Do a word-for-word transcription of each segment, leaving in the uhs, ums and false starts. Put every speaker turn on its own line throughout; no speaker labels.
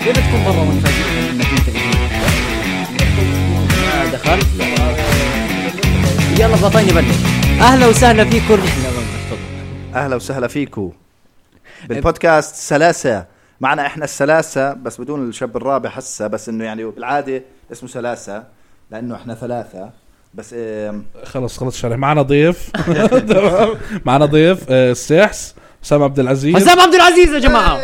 كيف تكون برا ونفاجئك انك انت ما دخلت؟ يلا بطيني بلش. اهلا وسهلا فيكم.
اهلا وسهلا فيكم بالبودكاست سلاسة. معنا احنا السلاسة بس بدون الشاب الرابع هسه، بس انه يعني بالعادة اسمه سلاسة لانه احنا ثلاثة بس. اه
خلص خلص شرح. معنا ضيف معنا ضيف اه السحس حسام عبد العزيز.
حسام عبد العزيز يا جماعة.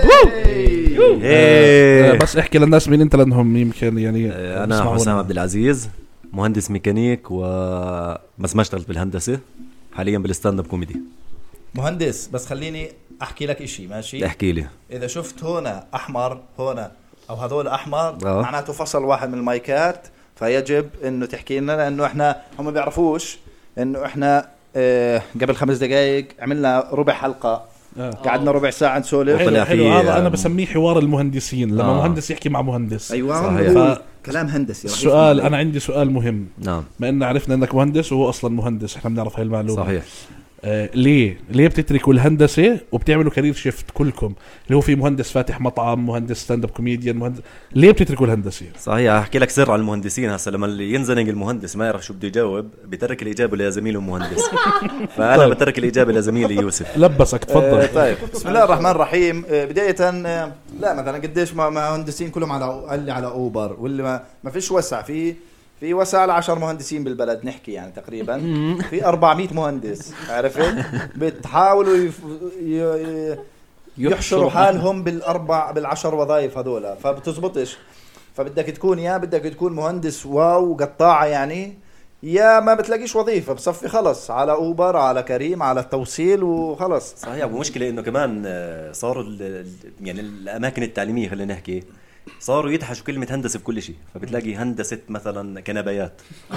اه بس احكي للناس مين انت لانهم يمكن يعني.
انا حسام عبد العزيز، مهندس ميكانيك و بس ما اشتغلت بالهندسة، حاليا بالستاند اب كوميدي.
مهندس بس خليني احكي لك اشي ماشي.
احكي لي.
اذا شفت هنا احمر هنا او هذول احمر
أوه.
معناته فصل واحد من المايكات، فيجب انه تحكي لنا لانه احنا هم بيعرفوش انه احنا اه قبل خمس دقائق عملنا ربع حلقة. آه. قعدنا ربع ساعة نسولف.
حلو, حلو. هذا أنا بسميه حوار المهندسين لما آه. مهندس يحكي مع مهندس.
أيوة ف... كلام هندسي.
السؤال أنا عندي سؤال مهم.
نعم.
ما إن عرفنا إنك مهندس وهو أصلا مهندس، إحنا بنعرف هاي المعلومة.
صحيح.
آه ليه ليه بتتركوا الهندسة وبتعملوا كارير شيفت كلكم، اللي هو في مهندس فاتح مطعم، مهندس ستاند اب كوميديان، مهندس، ليه بتتركوا الهندسة؟
صحيح. احكي لك سر على المهندسين هسه. لما اللي ينزنق المهندس ما يعرف شو بده يجاوب بيترك الإجابة لزميله المهندس. فأنا طيب. بترك الإجابة لزميلي يوسف.
لبسك تفضل.
آه طيب بسم الله الرحمن الرحيم. آه بداية آه لا مثلا قديش مهندسين كلهم على اللي على أوبر واللي ما, ما فيش وسع فيه في وسع لعشر مهندسين بالبلد نحكي يعني تقريبا في أربعمائة مهندس عرفت بتحاولوا يف... ي... يحشروا حالهم بالأربع بالعشر وظائف هذولا فبتزبطش. فبدك تكون يا بدك تكون مهندس واو قطاعة يعني، يا ما بتلاقيش وظيفة بصفي خلص على أوبر على كريم على التوصيل وخلص.
صحيح. ومشكلة إنه كمان صاروا يعني الأماكن التعليمية خلينا نحكي صاروا يدحشوا كلمة هندسة بكل شيء، فبتلاقي هندسة مثلا كنبايات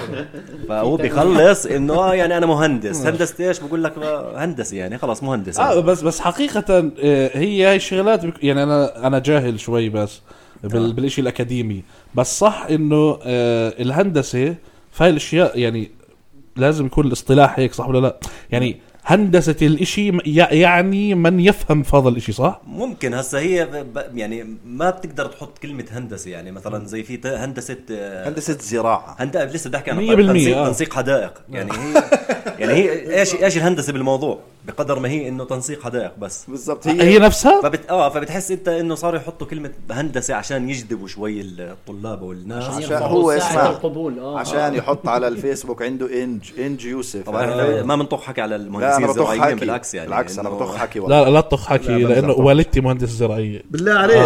فهو بيخلص إنه آه يعني أنا مهندس. هندسة إيش؟ بقول لك هندسة يعني خلاص مهندس.
آه بس بس حقيقة هي هاي الشغلات يعني أنا أنا جاهل شوي بس بال بالإشي الأكاديمي، بس صح إنه آه الهندسة فهاي الأشياء يعني لازم يكون الاصطلاح هيك صح ولا لا؟ يعني هندسة الاشي يعني من يفهم في هذا الاشي صح؟
ممكن هسه هي يعني ما بتقدر تحط كلمة هندسة يعني مثلا زي في هندسة
هندسة زراعة
هند لسه بدي احكي عن
تنسيق,
تنسيق حدائق يعني هي يعني هي ايش ايش الهندسة بالموضوع بقدر ما هي انه تنسيق حدائق بس
بالضبط.
هي هي نفسها
فبت اه فبتحس انت انه صاروا يحطوا كلمة هندسة عشان يجذبوا شوي الطلاب والناس
عشان هو اسمه
القبول آه.
عشان يحط على الفيسبوك عنده انج انج يوسف.
طبعا ما بنطخ حكي على المهندسين الزراعيين بالعكس يعني
بالعكس انا بطخ حكي والله.
لا لا تطخ حكي لانه والدتي مهندس زراعيه
بالله عليك.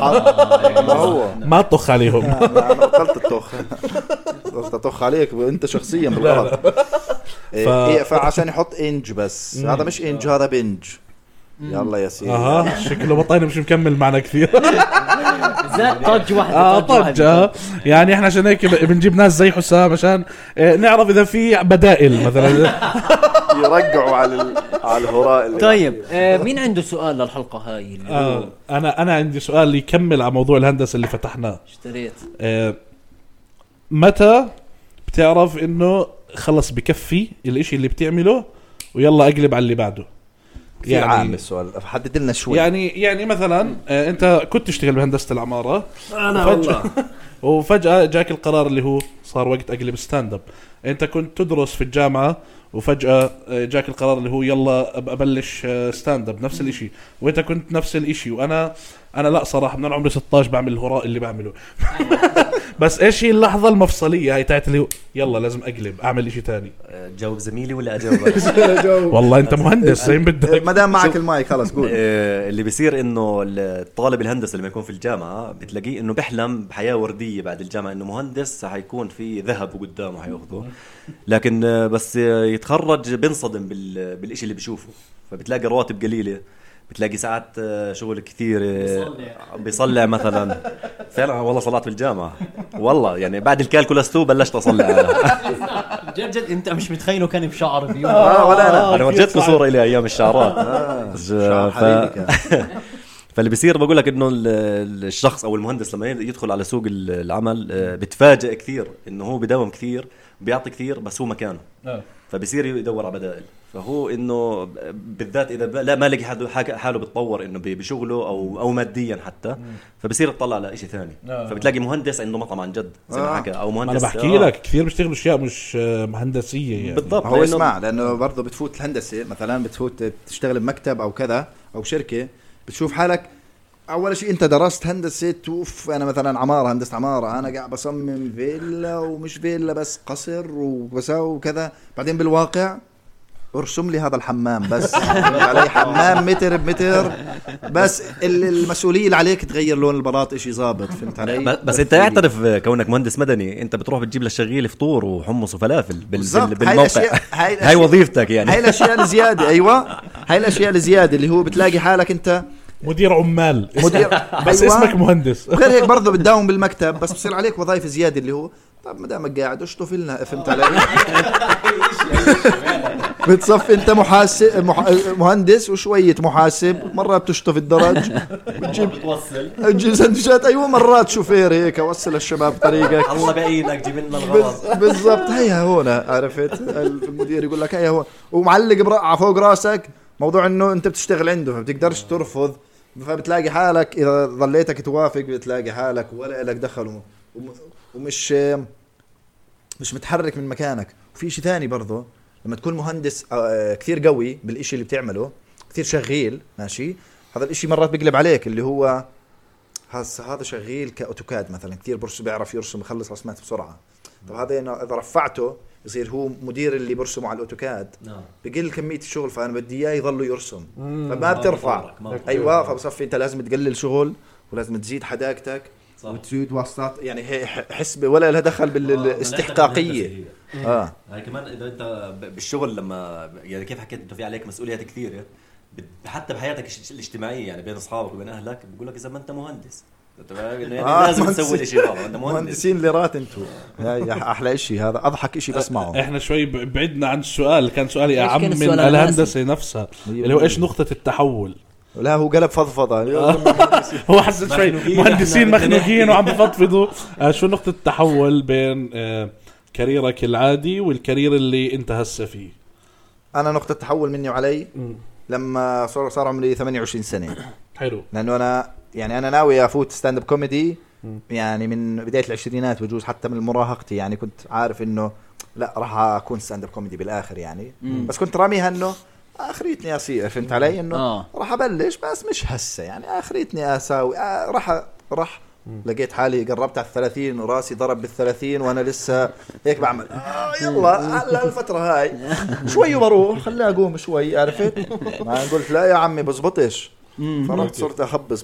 آه. ما هو
ما تطخ عليهم.
انا بطلت الطخ بطلت اطخ عليك انت شخصيا بالغلط. ف... فعشان يحط انج بس مم. هذا مش انج هذا بنج. يلا يا سيدي.
اها شكله بطينا مش مكمل معنا كثير.
زاد طج واحد.
اه طج آه. يعني احنا عشان هيك بنجيب ناس زي حسام عشان نعرف اذا في بدائل مثلا
يرجعوا على ال... على الهراء.
طيب آه مين عنده سؤال للحلقة هاي؟
آه انا انا عندي سؤال يكمل على موضوع الهندسة اللي فتحناه.
اشتريت
آه متى بتعرف انه خلص بكفي الاشي اللي بتعمله ويلا اقلب على اللي بعده؟
يعني عام السؤال حدد لنا شوي.
يعني يعني مثلا آه انت كنت تشتغل بهندسة العمارة
انا والله
وفجأة جاك القرار اللي هو صار وقت اقلب ستاند اب. انت كنت تدرس في الجامعة وفجأة جاك القرار اللي هو يلا أبلش ستاند اب نفس الاشي، وانت كنت نفس الاشي وانا انا لا صراحة من عمري ستة عشر بعمل الهراء اللي بعمله. بس ايش هي اللحظة المفصلية هاي تاعت اللي يلا لازم اقلب اعمل اشي تاني؟
جاوب زميلي ولا اجاوبك؟
والله انت مهندس زين بدك.
ما دام معك المايك خلاص قول.
اللي بيصير انه الطالب الهندسة لما يكون في الجامعة بتلاقيه انه بيحلم بحياة وردية بعد الجامعة، انه مهندس حيكون في ذهب قدامه حياخده، لكن بس يتخرج بينصدم بالاشي اللي بيشوفه. فبتلاقي رواتب قليلة، بتلاقي ساعات شغل كثير، بيصلع مثلا. فعلا والله صلعت بالجامعة والله يعني بعد الكالكولاستو بلشت أصلع أنا.
جد جد أنت مش متخيله كان بشعر بيوم.
آه ولا أنا
أنا ورجيتكم صورة إلي أيام الشعرات. آه ف... فاللي بيصير بقول لك إنه الشخص أو المهندس لما يدخل على سوق العمل بتفاجئ كثير إنه هو بداوم كثير بيعطي كثير بس هو مكانه، فبيصير يدور على بدائل. فهو انه بالذات اذا ب- لا ما لقي حد حاجة- حاله بتطور انه ب- بشغله او او ماديا حتى، فبصير يطلع على شيء ثاني.
آه.
فبتلاقي مهندس عنده مطعم عن جد زي ما
آه.
حكى، او
ما
مهندس
انا بحكي
آه.
لك كثير بيشتغلوا اشياء مش آه، هندسيه يعني.
بالضبط.
هو
لأنه-
اسمع، لانه برضه بتفوت الهندسه مثلا، بتفوت تشتغل بمكتب او كذا او شركه، بتشوف حالك اول شيء انت درست هندسه، توف انا مثلا عماره، هندسه عماره، انا قاعد بصمم فيلا ومش فيلا بس قصر وبساوي وكذا، بعدين بالواقع ارسم لي هذا الحمام بس علي حمام متر بمتر بس، ال- المسؤوليه اللي عليك تغير لون البلاط اشي ظابط، فهمت علي؟
ب- بس انت اعترف كونك مهندس مدني، انت بتروح بتجيب للشغيل فطور وحمص وفلافل بال-
بالضبط.
بال-
هاي
بالموقع.
الأشياء- هاي
هاي
الأشياء-
وظيفتك يعني.
هاي الاشياء الزياده. ايوه هاي الاشياء الزياده اللي هو بتلاقي حالك انت
مدير عمال
مدير
بس
أيوة.
اسمك مهندس.
غير هيك برضه بتداوم بالمكتب، بس بصير عليك وظائف زياده اللي هو طب ما دامك قاعد اشطف لنا، فهمت علي؟ بتصفي انت محاسب مح... مهندس وشويه محاسب، مره بتشطف الدرج وتجيب
بتوصل
تجيب سندويشات، ايوه مرات شوفير هيك اوصل الشباب طريقك.
الله بعينك جيب لنا الغرض.
بز- بالضبط. هيا هون عرفت المدير يقول لك هيا هون، ومعلق برقعه فوق راسك موضوع انه انت بتشتغل عنده، فبتقدرش ترفض، فبتلاقي حالك اذا ظليتك توافق بتلاقي حالك ولا لك دخل وم- وم- ومش مش متحرك من مكانك. وفي شيء ثاني برضه، لما تكون مهندس آه، كثير قوي بالإشي اللي بتعمله، كثير شغيل ماشي، هذا الإشي مرات بيقلب عليك، اللي هو هذا هذا شغيل كأوتوكاد مثلا، كثير برسم، بيعرف يرسم، يخلص رسمات بسرعة. طب هذا إذا رفعته يصير هو مدير اللي برسمه على الأوتوكاد،
نعم.
بقل كمية الشغل، فأنا بدي إياه يضل يرسم، فما بترفع.
بطورك، ما بطورك.
أيوة، فبصفي أنت لازم تقلل شغل ولازم تزيد حداقتك وتزيد واسطات، يعني هي حسبة ولا لها دخل بالاستحقاقية. اه
هاي كمان اذا انت ب- بالشغل لما يعني كيف حكيت انت في عليك مسؤوليات كثيره، بت- حتى بحياتك الش- الاجتماعيه يعني بين اصحابك وبين اهلك، بقول لك اذا ما انت مهندس انت فاهم إنه يعني
آه،
لازم
مهندس.
تسوي شيء غلط، انت مهندس.
مهندسين ليرات انتو، هاي احلى اشي، هذا اضحك اشي بسمعه.
احنا شوي ب- بعدنا عن السؤال، كان سؤالي
إيش
اعم
كان
من
السؤال على
الهندسه نفسها، اللي هو ايش نقطه التحول.
لا هو قلب فضفضه.
هو حسيت شوي
مخنوقين،
مهندسين
إحنا بدنا
مخنوقين
نحكي.
وعم بفضفضوا. آه، شو نقطه التحول بين آه، كاريرك العادي والكارير اللي انت هسه فيه؟
انا نقطه تحول مني وعلي لما صار صار عمري ثمانية وعشرين سنه،
حلو.
لانه انا يعني انا ناوي افوت ستاند اب كوميدي يعني من بدايه العشرينات، بجوز حتى من مراهقتي، يعني كنت عارف انه لا راح اكون ستاند اب كوميدي بالاخر يعني. بس كنت راميها انه اخريتني اصير، فهمت علي؟ انه
آه.
راح ابلش بس مش هسه، يعني اخريتني اساوي آه راح راح لقيت حالي قربت على الثلاثين وراسي ضرب بالثلاثين وانا لسه هيك بعمل آه يلا هلا الفترة هاي شوي وبروح خليني اقوم شوي، عرفت؟ ما قلت لا يا عمي بزبطش، فرحت صرت اخبص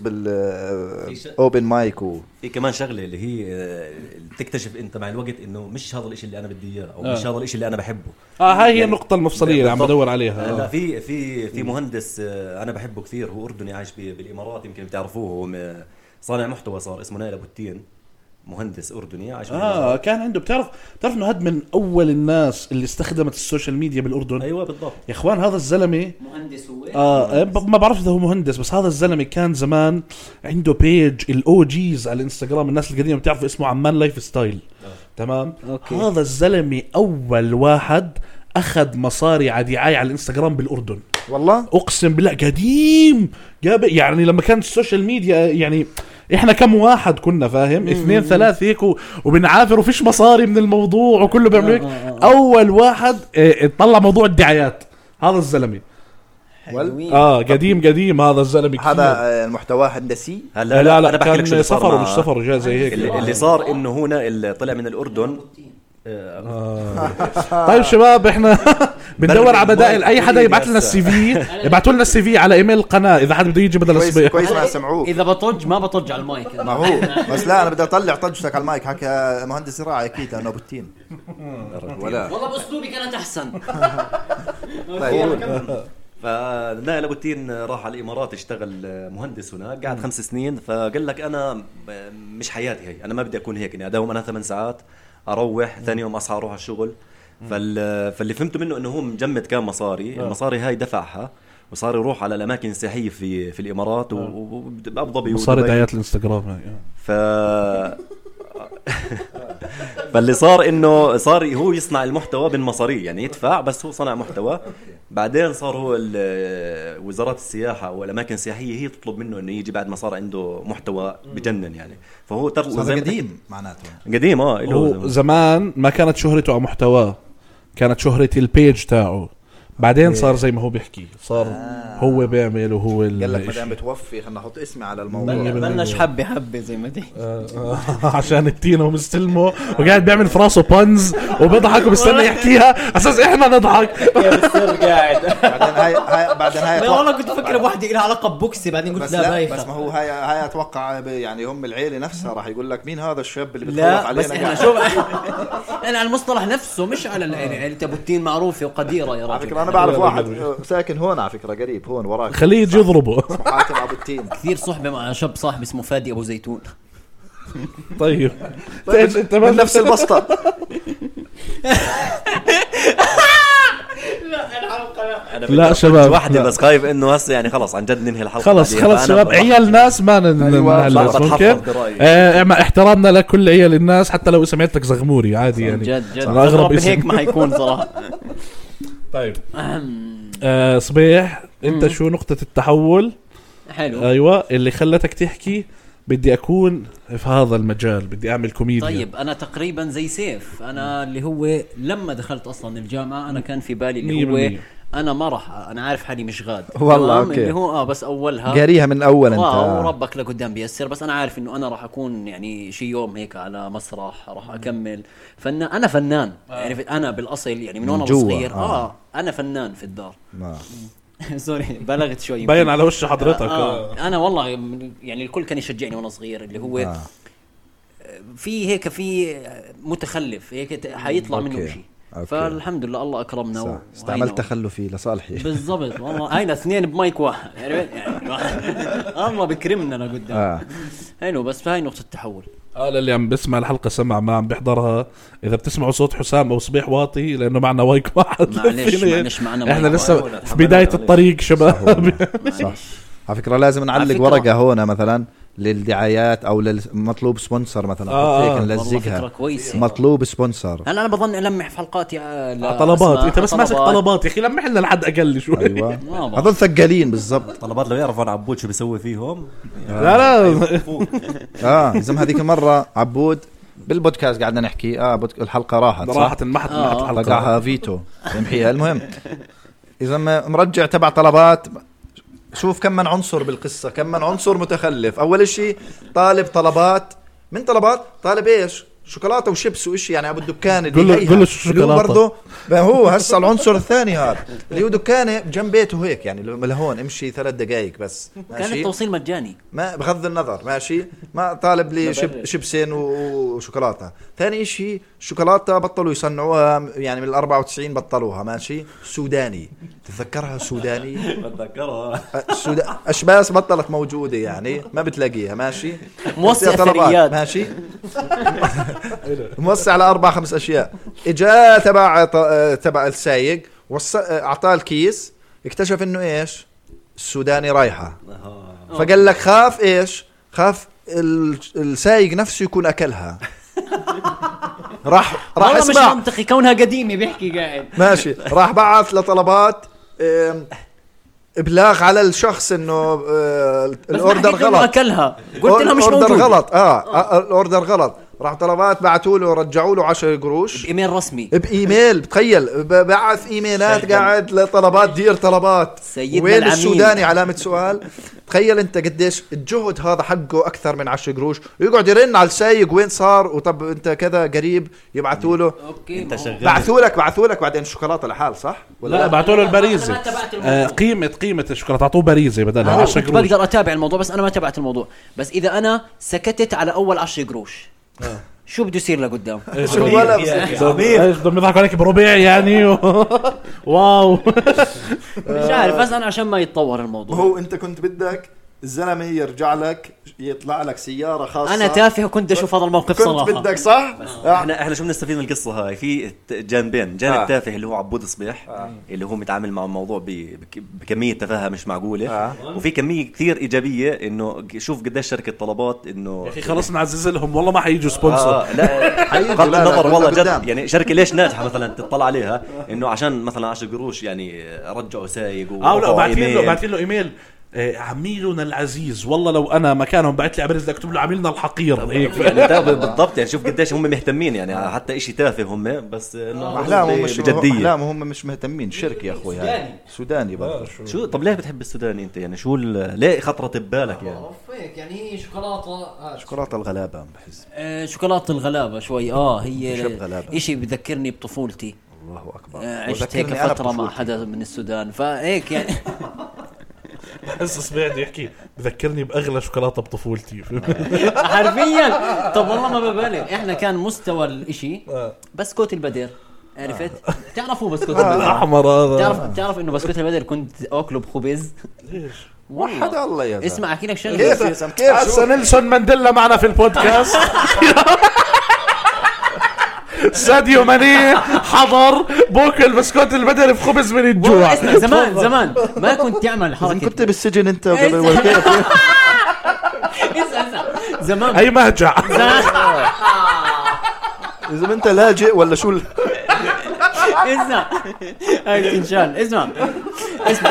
بالاوبن مايك و
في كمان شغله اللي هي آه، تكتشف انت مع الوقت انه مش هذا الاشي اللي انا بدي اياه، او مش
آه.
هذا الاشي اللي انا بحبه.
اه هاي هي
يعني
النقطه المفصليه اللي عم
بالضبط.
بدور عليها.
لا
آه.
في في في مهندس آه، انا بحبه كثير، هو اردني عايش ب- بالامارات، يمكن بتعرفوه، هو م- صانع محتوى، صار اسمه نايل ابو التين، مهندس اردني عايش
اه
بالامارات.
كان عنده، بتعرف بتعرف انه هاد من اول الناس اللي استخدمت السوشيال ميديا بالاردن.
ايوه بالضبط.
يا اخوان هذا الزلمه
مهندس هو
آه ب- ما بعرف اذا هو مهندس، بس هذا الزلمه كان زمان عنده بيج الاو جيز على الانستغرام، الناس القديمه بتعرف اسمه عمان لايف ستايل. تمام.
أوكي.
هذا الزلمه اول واحد اخذ مصاري على دعايه على الانستغرام بالاردن،
والله
اقسم بالله قديم. جاب يعني لما كانت السوشيال ميديا يعني احنا كم واحد كنا فاهم، اثنين ثلاث هيك و- وبنعافر وفيش مصاري من الموضوع وكله بيعمل هيك. اول واحد اه، طلع موضوع الدعايات هذا الزلمه.
حلوين.
اه قديم قديم هذا الزلمه كثير.
هذا آه، المحتوى هندسي.
هلا
لا لا
انا بحكي لك شو
كان
اللي صار
سفر
مع-
مش سفر جاي زي هيك.
اللي, اللي صار انه هنا اللي طلع من الاردن. آه،
طيب شباب احنا بندور
برد
على بدائل، اي حدا
الماي
يبعث لنا
هسه.
السي في، ابعثوا لنا السي في على ايميل القناه اذا حدا بده يجي بدل
كويس
الصبيح.
كويس ما سمعوك.
اذا بطج ما بطج على المايك.
ما هو بس لا انا بدي اطلع طجتك على المايك، حكى مهندس زراعي اكيد لانه ابو التين ولا
والله باسلوبي كانت احسن.
طيب.
فنائل ابو التين راح على الامارات اشتغل مهندس هناك، قعد خمس سنين، فقال لك انا مش حياتي هي، انا ما بدي اكون هيك، اني اداوم انا ثمان ساعات اروح ثاني يوم اصحى اروح على الشغل. فال... فاللي فهمته منه انه هو مجمد كان مصاري، المصاري هاي دفعها وصار يروح على الاماكن السياحيه في في الامارات وابو ظبي
صار دعايات الانستغرام هاي.
ف فاللي صار انه صار هو يصنع المحتوى بالمصاري، يعني يدفع بس هو صنع محتوى. بعدين صار هو وزارات السياحه والاماكن السياحيه هي تطلب منه انه يجي بعد ما صار عنده محتوى بجنن يعني. فهو
هذا قديم معناته
قديم اه
هو زمان ما كانت شهرته على محتواه، كانت شهرة البيج تاعه. بعدين صار زي ما هو بيحكي صار آه. هو بيعمل وهو
قال لك مدام بتوفي خلنا نحط اسمي على الموضوع،
بلش حبه حبه زي ما دي
آه عشان التينه ومستلمه وقاعد بيعمل في راسه بانز وبيضحك وبستنى يحكيها اساس احنا نضحك
بصير قاعد.
بعدين هاي هاي بعدين هاي
ما والله كنت فكر بوحده لها علاقه ببوكسي، بعدين قلت لا بايخه.
بس ما هو هاي هاي اتوقع يعني هم العيله نفسها راح يقول لك مين هذا الشاب اللي بتخوف علينا.
بس احنا شوف انا على المصطلح نفسه مش على عيله ابو التين معروفه وقديره يا رجل.
على فكره انا بعرف واحد ساكن هون على فكره قريب هون وراك،
خليه يجي يضربه.
حاتم ابو التين
كثير صحبه مع شاب صاحبي اسمه فادي ابو زيتون.
طيب
انت من نفس البسطه.
لا شباب
واحدة بس خايف انه هسه يعني خلص عن جد ننهي الحلقه.
خلص خلص شباب عيال الناس ما نهلس ممكن آه مع احترامنا لكل عيال الناس حتى لو سمعتك زغموري عادي يعني
جد جد
اغرب اسم
هيك ما حيكون صراحه.
طيب آه صبيح انت شو نقطة التحول
حلو
ايوه اللي خلتك تحكي بدي اكون في هذا المجال بدي اعمل كوميديا؟
طيب انا تقريبا زي سيف، انا اللي هو لما دخلت اصلا الجامعة انا كان في بالي اللي هو انا ما راح انا عارف حالي مش غاد
والله اوكي
اللي هو اه بس اولها
قاريها من اول انت
اه وربك لقدام بيسر، بس انا عارف انه انا راح اكون يعني شي يوم هيك على مسرح راح اكمل فن انا فنان آه. يعني انا بالاصل يعني من وانا صغير آه. اه انا فنان في الدار آه. سوري بلغت شوي
باين على وش حضرتك
آه. آه. انا والله يعني الكل كان يشجعني وانا صغير اللي هو آه. في هيك في متخلف هيك حيطلع منه شيء. فالحمد لله الله أكرمنا و...
استعملت تخلفي لصالحي
بالضبط والله. هاينا اثنين بمايك واحد يعني الله بكرمنا لقدام آه. حلو. بس هاي نقطة التحول.
اه للي عم بسمع الحلقة سمع ما عم بيحضرها إذا بتسمعوا صوت حسام أو صبيح واطي لأنه معنا مايك واحد.
معلش معلش معنا
احنا لسه في بداية الطريق شباب.
صح. على فكرة لازم نعلق ورقة هنا مثلا للدعايات او للمطلوب سبونسر مثلا
آه
هيك نلزقها مطلوب سبونسر.
هلا انا بظن المح في حلقاتي
طلبات انت بس ماسك طلبات يا اخي لمح لنا لحد اقل شوي.
ايوه هذول ثقالين بالضبط.
طلبات لو يعرفوا عن عبود شو بيسوي فيهم.
لا لا
اه زي هذيك المره عبود بالبودكاست قعدنا نحكي اه الحلقه راحت
راحت انمحت
انمحت الحلقه رجعها فيتو يمحيها. المهم اذا مرجع تبع طلبات شوف كم من عنصر بالقصة كم من عنصر متخلف. أول شيء طالب طلبات من طلبات طالب إيش شوكولاتة وشيبس وإشي يعني أبو الدكان اللي
قل الشوكولاتة
برضه هو هسه العنصر الثاني هذا اللي هو دكانه جنب بيته هيك يعني لهون امشي ثلاث دقائق بس
كان التوصيل مجاني
ما بغض النظر ماشي ما طالب لي شب شيبسين وشوكولاتة. ثاني شيء الشوكولاتة بطلوا يصنعوها يعني من الأربعة وتسعين بطلوها ماشي سوداني تتذكرها السوداني
بتذكرها
السودان أشباس بطلت موجودة يعني ما بتلاقيها ماشي
موسع ثريات
ماشي موسع على أربع خمس أشياء. إجا تبع تبع السايق أعطاه الكيس اكتشف إنه إيش السوداني رايحة فقال لك خاف إيش خاف السايق نفسه يكون أكلها. راح راح
اسمع مش منطقي كونها قديمة بيحكي قاعد
ماشي راح بعث لطلبات ابلاغ على الشخص انه الاوردر غلط
اكلها قلت لها مش
موجود غلط اه الاوردر غلط. راح طلبات بعثوا له رجعوا له عشرة قروش
بايميل رسمي
بايميل تخيل بعث ايميلات قاعد لطلبات دير طلبات وين السوداني علامة سؤال. تخيل انت قديش الجهد هذا حقه اكثر من عشرة قروش ويقعد يرن على السايق وين صار وطب انت كذا قريب يبعثوا له
انت شغال
بعثوا لك بعثوا لك بعدين الشوكولاته لحال صح
ولا لا بعثوا له البريزه آه قيمه قيمه الشوكولاته اعطوه بريزه بدل عشرة قروش.
بقدر اتابع الموضوع بس انا ما تابعت الموضوع. بس اذا انا سكتت على اول عشرة قروش آه. شو بده يصير لقدام؟
شو ولا
ايش بدهم يضحكوا عليك بربع يعني واو
مش عارف بس انا عشان ما يتطور الموضوع.
هو انت كنت بدك الزلمه يرجع لك يطلع لك سياره خاصه.
انا تافه وكنت اشوف هذا الموقف صراحه.
كنت بدك صح.
احنا احنا شو بنستفيد من القصه هاي؟ في جانبين، جانب آه. تافه اللي هو عبود صبيح آه. اللي هو متعامل مع الموضوع بكميه تفاهه مش معقوله آه. وفي كميه كثير ايجابيه انه شوف قديش شركه طلبات انه
يا اخي خلص نعزز لهم والله ما حييجوا سبونسر
آه. لا بغض النظر والله جد يعني شركه ليش ناجحه مثلا تطلع عليها انه عشان مثلا عشر قروش يعني رجعوا سايق
اه بعتين له بعتين له ايميل عميلنا العزيز والله لو انا مكانهم بعت لي ابرز اكتب له عميلنا الحقير هيك
يعني ده بالضبط يعني شوف قديش هم مهتمين يعني حتى إشي تافه هم بس انه
احلامهم مش بجديه احلامهم هم مش مهتمين شركه يا اخوي هاي سوداني برضه
شو. شو طب ليه بتحب السوداني انت يعني شو ليه خطرت ببالك يعني
فيك يعني هي شوكولاته آه
شوكولاته الغلابه بحس
آه شوكولاته الغلابه شوي اه هي إشي بذكرني بطفولتي
الله اكبر
آه عشت هيك فتره مع حدا من السودان فهيك يعني
بس سمعت يحكي بذكرني باغلى شوكولاته بطفولتي
حرفيا. طب والله ما ببالغ احنا كان مستوى الاشي بسكوت البدر عرفت تعرفوا بسكوت البدر
الاحمر هذا
تعرف تعرف انه بسكوت البدر كنت اكله بخبز
ليش
وحد الله يا زلمه
اسمع احكي لك شغله
كيف كيف
شو نيلسون مانديلا معنا في البودكاست ساديو ماني حضر بوكل بسكوت البدر في خبز من الجوع.
اسمع زمان زمان ما كنت تعمل حركه
كنت بالسجن انت قبل ولا كيف
اسمع زمان
هي مهجع
اذا انت لاجئ ولا شو
اسمع هاي تنشال اسمع اسمع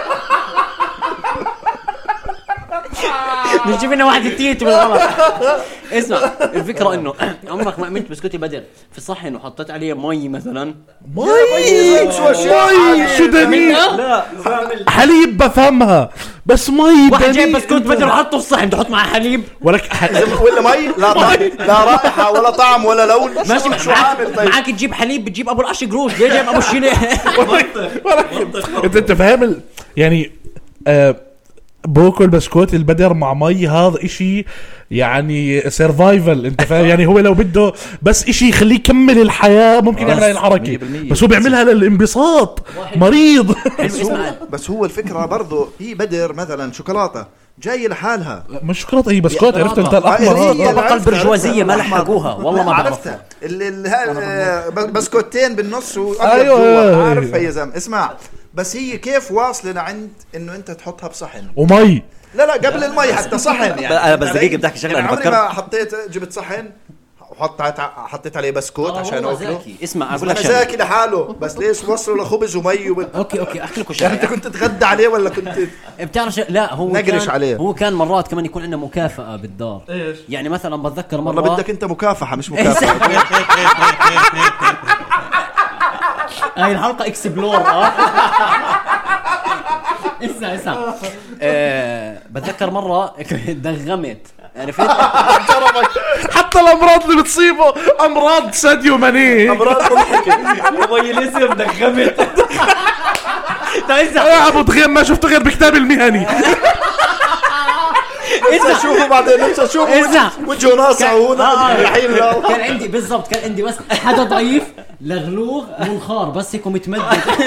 نشوف انه واحد التيت بالغلط. اسمع الفكره انه عمرك ما عملت بسكوت البدر في صحن وحطيت عليه مي مثلا
مي مي شو دنيا لا حليب بفهمها بس مي
واحد جايب بسكوت بدر وحطه في الصحن تحط معه حليب
ولك ولا مي لا طعم لا رائحه ولا طعم ولا لون
ماشي شو عامل طيب معك تجيب حليب بتجيب ابو العش قروش ليه جايب ابو الشيله
انت انت فاهم يعني آه بوكل بسكوت البدر مع مي هذا اشي يعني سيرفايفل انت فاهم يعني هو لو بده بس اشي يخليه يكمل الحياة ممكن يعمل هاي الحركة بس هو بيعملها للانبساط مريض
بس هو, بس هو الفكرة برضو هي بدر مثلا شوكولاتة جاي لحالها
مش شوكولاتة هي بسكوت عرفت انت الاحمر
طبقة البرجوازية ما لحقوها والله ما
عرفتها اللي بسكوتين بالنص ايوه عارف يا زلمة اسمع بس هي كيف واصلة لعند انه انت تحطها بصحن
ومي
لا لا قبل المي حتى صحن يعني
بس دقيقة بدي احكي شغله
انا فكرت ما حطيت جبت صحن وحطيت حطيت عليه بسكوت عشان اكله
اسمع اقول لك
شغله زاكي لحاله بس ليش وصلوا لخبز ومي وب...
اوكي اوكي احكي لكم
شغله انت كنت تتغدى عليه ولا كنت
بتعرف لا هو
نقرش عليه
هو كان مرات كمان يكون عندنا مكافأة بالدار ايش يعني مثلا بتذكر مرة
والله بدك انت مكافحة مش مكافأة
هاي الحلقة اكسبلور اه اسمع اسمع أه بتذكر مرة دغمت عرفت
حتى الامراض اللي بتصيبه امراض ساديو ماني
امراض مضحكة
مبين الاسم دغمت
يا ابو دغيم ما شفته غير بكتاب المهني
لسه اشوفه بعدين لسه اشوفه وجهه ناصع هنا الحين
كان عندي بالضبط كان عندي بس حدا ضعيف لغلوغ منخار بس هيك متمدد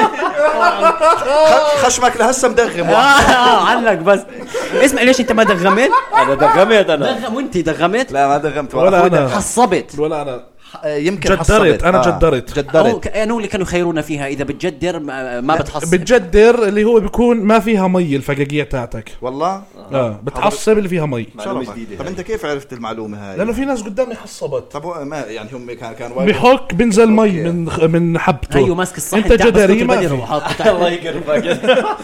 خشمك لهسه مدغم
اه علق بس اسمع ليش انت ما دغمت
انا دغمت انا
دغم وانت دغمت
لا ما دغمت
ولا انا
حصبت
ولا انا
يمكن
جدرت
حصبت.
انا آه. جدرت
جدرت
انو اللي كانوا يخيرونا فيها اذا بتجدر ما بتحصب
بتجدر اللي هو بيكون ما فيها مي الفقاقيع تاعتك
والله
اه بتحصب اللي فيها مي
طب انت كيف عرفت المعلومه هاي
لانه في ناس قدامي حصبت
طب ما يعني هم كان كان
بحك بنزل مي من من حبته
ايوه ماسك الصحن
انت جدري ما
الله يقربك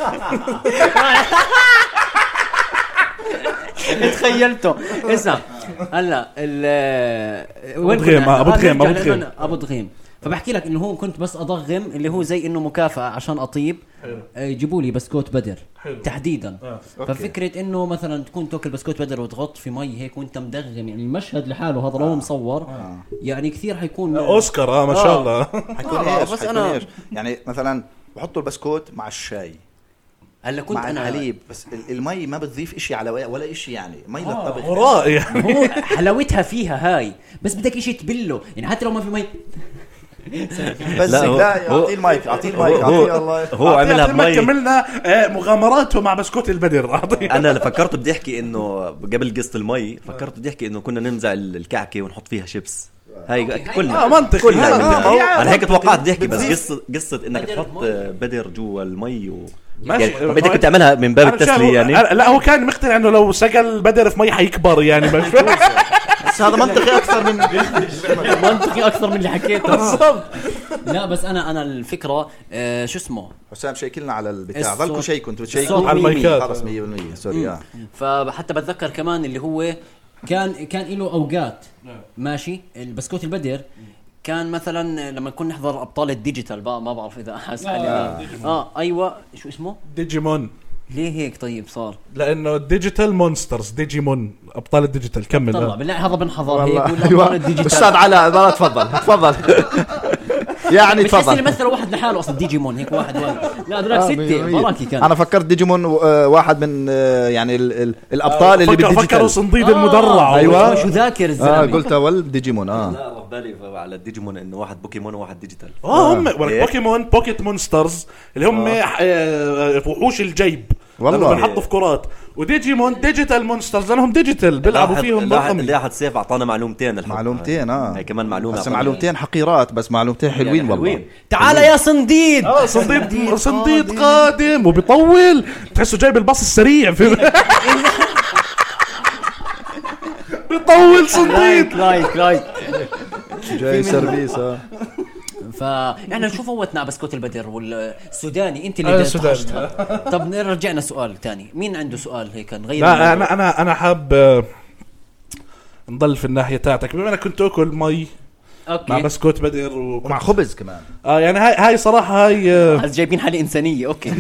تخيلته اسمع هلا
ابو دغيم ابو دغيم ابو دغيم
ابو دغيم فبحكي لك انه هو كنت بس اضغم اللي هو زي انه مكافأة عشان اطيب يجيبوا لي بسكوت بدر حلو. تحديدا آه. ففكرة انه مثلا تكون تاكل بسكوت بدر وتغط في مي هيك وانت مدغم يعني المشهد لحاله هذا لو مصور آه. يعني كثير حيكون
اوسكار اه ما شاء آه. الله
حيكون ايش بس انا إيش؟ يعني مثلا بحطوا البسكوت مع الشاي
هلا كنت
مع انا حليب بس المي ما بتضيف إشي على ولا إشي يعني مي
آه.
للطبخ
رائع
هو حلاوتها فيها هاي بس بدك إشي تبله يعني حتى لو ما في مي
بس لا, لا اعطيه المايك اعطيه المايك اعطيه الله
هو عملها بمي.
كملنا مغامراته مع بسكوت البدر.
انا فكرت بدي احكي انه قبل قصه المي فكرت بدي احكي انه كنا ننزع الكعكه ونحط فيها شيبس. هاي كلنا
منطقي كلنا.
انا هيك توقعت بدي احكي بس قصه قصه انك تحط بدر جوا المي و يعني بدك تعملها من باب التسليه يعني.
لا هو كان مقتنع انه لو سقى البدر في مي حيكبر يعني. مش
بس هذا منطقي اكثر من
منطقي اكثر من اللي حكيته بالضبط. لا بس انا انا الفكره آه شو اسمه
حسام شيكلنا على البتاع ضلكوا شيء كنتوا
تشيكوا على المايكات
خلص مية بالمية سوري.
فحتى بتذكر كمان اللي هو كان كان له اوقات ماشي البسكوت البدر كان مثلا لما كنا نحضر ابطال الديجيتال ما بعرف اذا حاسس
آه,
اه ايوه شو اسمه
ديجيمون.
ليه هيك طيب صار؟
لانه ديجيتال مونسترز ديجيمون ابطال الديجيتال. كمل
طلع
آه.
بالله هذا بنحضر هيك ولا
أيوة.
ابطال الديجيتال.
استاذ علاء لا تفضل تفضل يعني
تفضل.
تفضل.
اللي مثل واحد لحاله اصلا ديجيمون هيك واحد واحد لا دراك ستة براكي كان.
انا فكرت ديجيمون واحد من يعني ال ال الابطال اللي بالديجيتال.
فكروا صنديد المدرع.
ايوه
شو ذاكر الزلمه.
اه قلت اول ديجيمون. اه
لا بالي على الديجيمون انه واحد بوكيمون وواحد ديجيتال.
اه هم بوكيمون بوكيت مونسترز اللي هم وحوش الجيب والله بنحطوا في كرات. وديجيمون ديجيتال مونسترز لانهم ديجيتال بيلعبوا فيهم
بالرقم. اللي احد سيف اعطانا معلومتين
معلومتين اه
هي كمان معلومه
بس معلومتين حقيرات بس معلومتين حلوين والله.
تعال يا صنديد.
اه صنديد صنديد قادم وبيطول تحسه جايب الباص السريع في بيطول صنديد
لايك لايك
جاي سيرفيس. اه
فاحنا نشوف فوتنا بسكوت البدر والسوداني انت اللي
السوداني.
طب رجعنا سؤال تاني. مين عنده سؤال هيك نغير؟
لا انا انا انا حاب نضل في الناحيه تاعتك بما انك كنت اكل مي
أوكي.
مع بسكوت بدر
ومع خبز كمان.
اه يعني هاي هاي صراحه هاي
آه جايبين حاله انسانيه. اوكي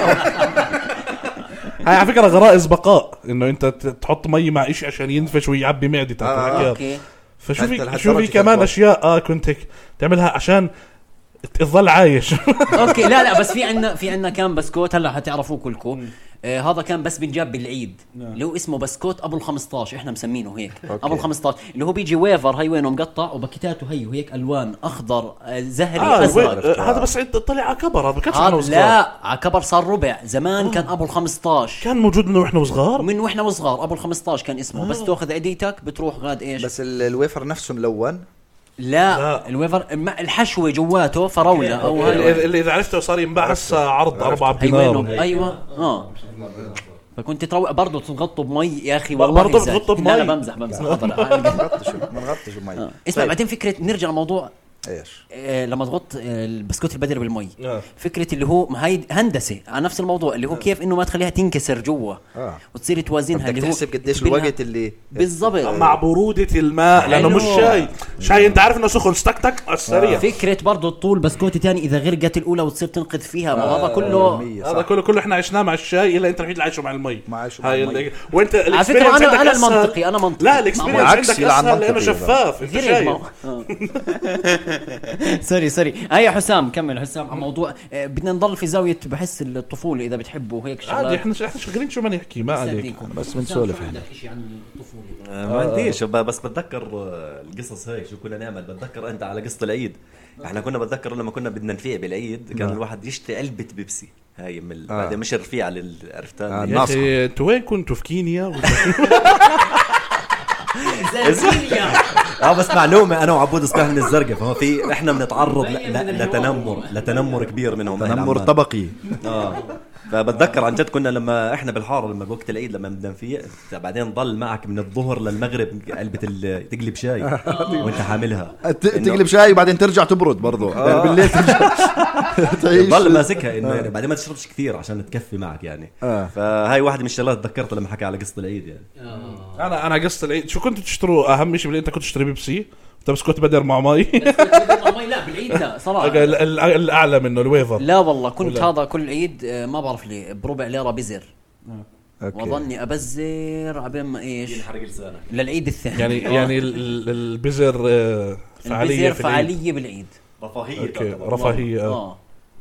هاي على فكره غرائز بقاء انه انت تحط مي مع إشي عشان ينفش ويعبي معدتك.
آه اوكي.
فشوفي شوفي كمان اشياء اه كنت هيك تعملها عشان تظل عايش.
اوكي لا لا بس في عنا في عنا كان بسكوت هلا حتعرفوه كلكم. آه هذا كان بس بنجاب بالعيد اللي هو اسمه بسكوت ابو الخمسطاش احنا مسمينه هيك. أوكي. ابو الخمسطاش اللي هو بيجي ويفر هاي وينه مقطع وباكيتاته هي وهيك الوان اخضر زهري
آه
ازرق.
آه هذا بس طلع على كبر. هذا كانش
هذا لا على كبر صار ربع زمان. آه. كان ابو الخمسطاش
كان موجود من واحنا وصغار.
من واحنا وصغار ابو الخمسطاش كان اسمه. آه. بس تاخذ عيديتك بتروح غاد ايش
بس الويفر نفسه ملون.
لا, لا. الويفر الحشوه جواته فراوله او
اللي اذا عرفته صار ينباع هسه عرض أربعة دينار.
ايوه اه فكنت تروق برضه تغطوا بمي يا اخي والله
برضه تغطوا بمي.
لا بمزح بمزح
ما نغطش ما نغطش بمي.
آه. اسمع بعدين فكره نرجع لموضوع
ايش
آه لما تغط آه البسكوت البدر بالمي.
آه.
فكره اللي هو هاي هندسه على نفس الموضوع اللي هو آه. كيف انه ما تخليها تنكسر جوا آه. وتصير توازنها اللي هو
تحسب قديش الوقت اللي
بالضبط
مع بروده الماء لانه مش شاي شاي انت عارف انه سخن استكتك السريع.
آه. فكره برضه الطول بسكوت تاني اذا غرقت الاولى وتصير تنقذ فيها. آه. هذا كله
هذا كله كله احنا عشناه مع الشاي الا انت الوحيد اللي عايشه مع المي.
هاي اللي...
وانت
على فكره انا انا المنطقي انا منطقي.
لا الاكسبيرينس عندك اسهل لانه شفاف انت شايف.
سوري سوري هيا حسام كمل حسام على موضوع. بدنا نضل في زاويه بحس الطفوله اذا بتحبوا هيك شغلات
عادي. احنا احنا شغالين شو ما نحكي ما عليك
بس بنسولف
عندك شيء عن الطفوله.
ما عنديش بس بتذكر القصص هيك شو كنا نعمل. بتذكر انت على قصه العيد احنا كنا بتذكر لما كنا بدنا نفيع بالعيد كان الواحد يشتري علبه بيبسي هاي من آه. بعدين مش رفيع على عرفتها.
يا اخي انتوا وين كنتوا في كينيا؟
اه بس معلومه انا وعبود صباح من الزرقاء فهو في احنا بنتعرض لتنمر لتنمر كبير منهم.
تنمر طبقي.
اه فبتذكر عن جد كنا لما احنا بالحاره لما وقت العيد لما بدنا فيه بعدين ضل معك من الظهر للمغرب علبه تقلب شاي وانت حاملها
تقلب شاي وبعدين ترجع تبرد برضه يعني بالليل
ضل ماسكها انه يعني بعدين ما تشربش كثير عشان تكفي معك يعني. آه. فهاي واحده من الشغلات تذكرتها لما حكى على قصه العيد يعني.
آه. انا انا قصه العيد شو كنتوا تشتروا اهم شيء باللي انت كنت تشتري بيبسي بسكوت بدر مع مي.
لا بالعيد لا صراحه
الاعلى منه الويفر.
لا والله كنت هذا كل عيد ما بعرف ليه بربع ليره بزر وظني ابزر عبين ما ايش
ينحرق لسانك
للعيد الثاني.
يعني يعني البزر فعاليه
فعاليه بالعيد
رفاهيه
رفاهيه اه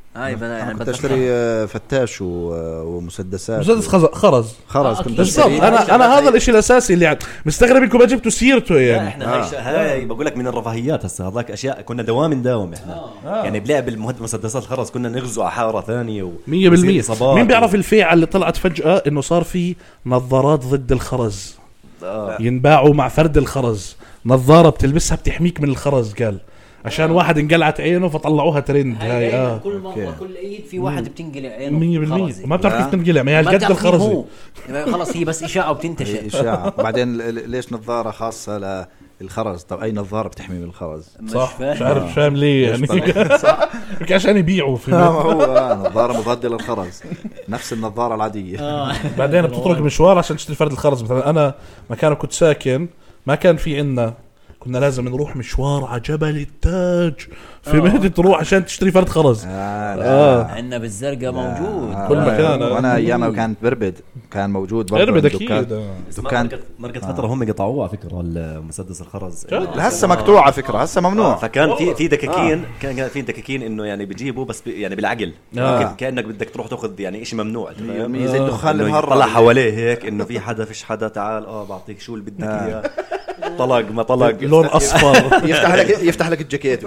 هاي يعني
كنت اشتري فتاش ومسدسات
مسدس خرز خرز
خرز
آه
كنت
بالضبط. انا انا هذا الشيء الاساسي اللي مستغرب انكم ما جبتوا سيرته يعني.
احنا هاي, هاي بقول لك من الرفاهيات هسه هذاك اشياء كنا دوام نداوم احنا آه. يعني بلعب المسدسات الخرز كنا نغزو على حاره ثانيه و...
مية بالمية. مين بيعرف الفيعة اللي طلعت فجأة انه صار في نظارات ضد الخرز آه. ينباعوا مع فرد الخرز، نظارة بتلبسها بتحميك من الخرز قال عشان واحد انقلعت عينه فطلعوها ترند. هاي اه
كل مرة كل عيد في واحد بتنقلع عينه
مية بالمية. ما بتعرف كيف تنقلع، ما هي الجد الخرزي
خلاص هي بس إشاعة وبتنتشر
إشاعة. بعدين ليش نظارة خاصة للخرز؟ طب أي نظارة بتحمي من الخرز؟
صح مش عارف فاهم ليه يعني عشان يبيعوا في
ما هو نظارة مضادة للخرز نفس النظارة العادية.
بعدين بتطرق مشوار عشان تشتري فرد الخرز. مثلا أنا مكان كنت ساكن ما كان في عنا، كنا لازم نروح مشوار على جبل التاج في مهدي تروح عشان تشتري فرد خرز.
آه
آه.
عندنا بالزرقاء موجود
آه.
كل
مكان. وانا ايامها كانت بربد كان موجود برضه
بربد اكيد.
دكان مرقت فتره هم قطعوه على فكره المسدس الخرز
هسه مقطوع على فكره هسه ممنوع.
فكان في في دكاكين كان في دكاكين انه يعني بيجيبوا بس يعني بالعقل
آه.
كانك بدك تروح تاخذ يعني شيء ممنوع
زي الدخان المهرب
طلع حواليه هيك انه في حدا فيش حدا تعال اه بعطيك شو اللي بدك اياه طلق ما طلق
لون اصفر
يفتح لك يفتح لك الجاكيت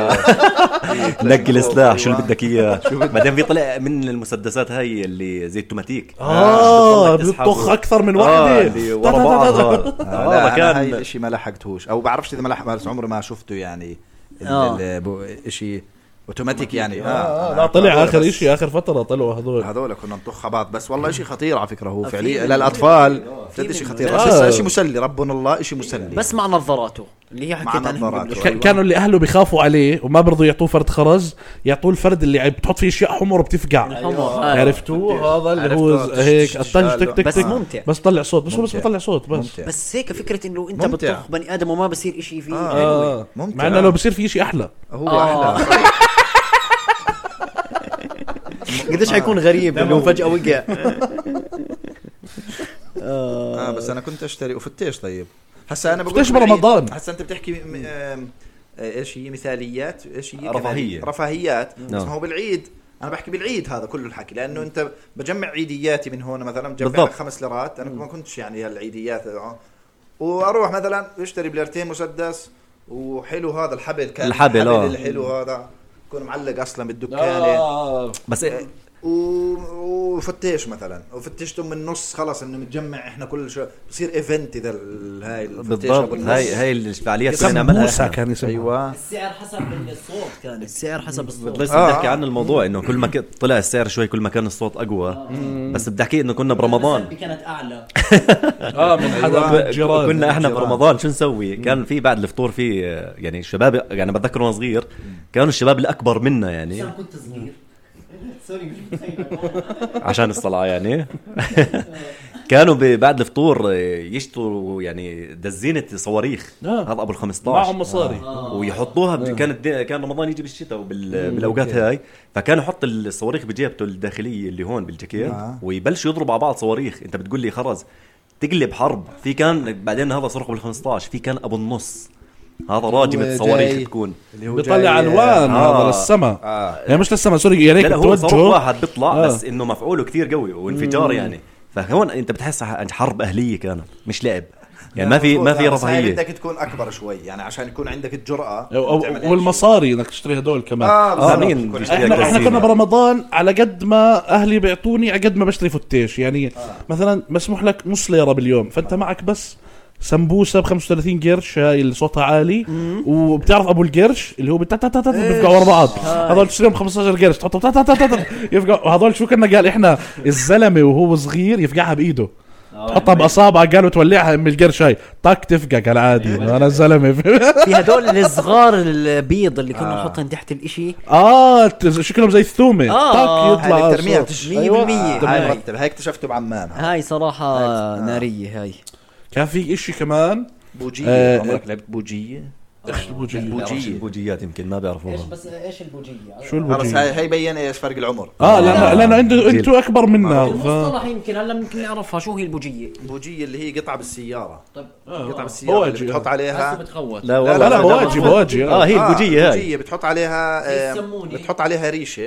نقي السلاح شو اللي بدك اياه. بعدين في طلع من المسدسات هاي اللي زي التوماتيك
اه بتطخ اكثر من واحده
ورا بعض.
هذا كان هاي الشيء ما لحقتهوش او بعرفش اذا ما لحق بس عمري ما شفته يعني الشيء اوتوماتيك يعني.
اه لا طلع اخر شيء اخر فتره طلعوا هذول
هذول كنا نطخ بعض بس والله شيء خطير على فكره هو فعليا للاطفال جد شيء خطير بس شيء مسلي ربنا الله شيء مسلي
بس مع نظاراته اللي هي حكيت عنها.
كانوا اللي اهله بيخافوا عليه وما برضو يعطوه فرد خرز، يعطوه الفرد اللي بتحط فيه اشياء حمر بتفقع عرفتوه هذا اللي هو هيك الطنج تك تك
بس ممتع
بس طلع صوت بس بس بيطلع صوت بس
ممتع.
بس هيك فكره انه انت بتطخ بني ادم وما بصير اشي فيه
آه. مع انه لو بصير فيه شيء احلى
هو آه. احلى
قديش حيكون غريب لو فجأة وقع.
آه بس أنا كنت أشتري وفتيش. طيب هسا أنا
بقول فتيش برمضان.
هسا أنت بتحكي م... إيش هي مثاليات إيش هي
رفاهية
رفاهيات بس ما هو بالعيد. أنا بحكي بالعيد هذا كله الحكي لأنه أنت بجمع عيدياتي من هون مثلا بجمع خمس ليرات أنا ما كنتش يعني هالعيديات وأروح مثلا اشتري بليرتين مسدس وحلو هذا الحبل كان
الحبل
الحلو هذا يكون معلق اصلا بالدكان
آه.
بس
وفتش مثلا وفتشته من النص خلاص انه متجمع احنا كل شيء بصير ايفنت اذا هاي
بالضبط. هاي هاي الفعاليات اللي نعملها
كان يسمى
ايوه
السعر حسب الصوت كان السعر حسب الصوت.
بس بدي احكي عن الموضوع انه كل ما طلع السعر شوي كل ما كان الصوت اقوى آه. بس بدي احكي انه كنا برمضان
كانت اعلى
اه من حدا جيران
كنا احنا برمضان شو نسوي كان في بعد الفطور في يعني الشباب يعني بتذكر وانا صغير كانوا الشباب الاكبر منا يعني
انا كنت صغير سوري
عشان الصلاة يعني كانوا بعد الفطور يشتروا يعني دزينة صواريخ هذا ابو الخمسطاش
معهم مصاري
آه. ويحطوها آه. كانت كان رمضان يجي بالشتاء وبالاوقات هاي فكانوا يحط الصواريخ بجيبته الداخلية اللي هون بالجاكيت آه. ويبلشوا يضربوا على بعض صواريخ. انت بتقول لي خرز تقلب حرب. في كان بعدين هذا صاروخ بالخمسطاش في كان ابو النص هذا راجمة صواريخ تكون
بيطلع الوان
آه.
هذا للسماء
آه.
يعني مش للسماء سوري يا ريت
توجه واحد بيطلع آه. بس انه مفعوله كثير قوي وانفجار يعني. فهون انت بتحس حرب اهليه كانت مش لعب يعني ما في ما في رفاهيه.
بدك تكون اكبر شوي يعني عشان يكون عندك الجرأة
والمصاري انك تشتري هدول كمان.
اه,
آه مين
احنا, احنا كنا برمضان على قد ما اهلي بيعطوني على قد ما بشتري فتيش يعني آه. مثلا مسموح لك نص ليره باليوم فانت معك بس سمبوسه ب خمسة وثلاثين قرش هاي اللي صوتها عالي وبتعرف ابو القرش اللي هو بتتتتت بيفقعوا ورا بعض هذول تشتريهم خمسة عشر قرش تحطهم يفقعوا هذول شو كنا قال احنا الزلمه وهو صغير يفقعها بايده تحطها باصابع قالوا تولعها ام القرش هاي طق تفقع كالعادي انا الزلمه
في هدول الصغار البيض اللي كنا نحطهم تحت الاشي
اه شكلهم زي الثومه طق يطلع
ترميها
مية بالمية.
هاي مرتب هيك اكتشفته بعمان
هاي صراحه ناريه. هاي
كان في اشي كمان
بوجيه آه عمرك لعبت بوجيه؟
ايش البوجيه؟
البوجيه البوجيات يمكن ما بيعرفوها
ايش بس ايش البوجيه؟
شو البوجيه؟
بس هاي هي بين ايش فرق العمر
اه لا لا لا انتوا انتوا اكبر منا
المصطلح يمكن هلا ممكن نعرفها. شو هي البوجيه؟
البوجيه اللي هي قطعه بالسياره.
طيب
قطعه بالسياره اللي بتحط عليها
بتخوت.
لا لا لا بواجي بواجي
اه هي البوجيه هاي
بتحط عليها بتحط عليها ريشه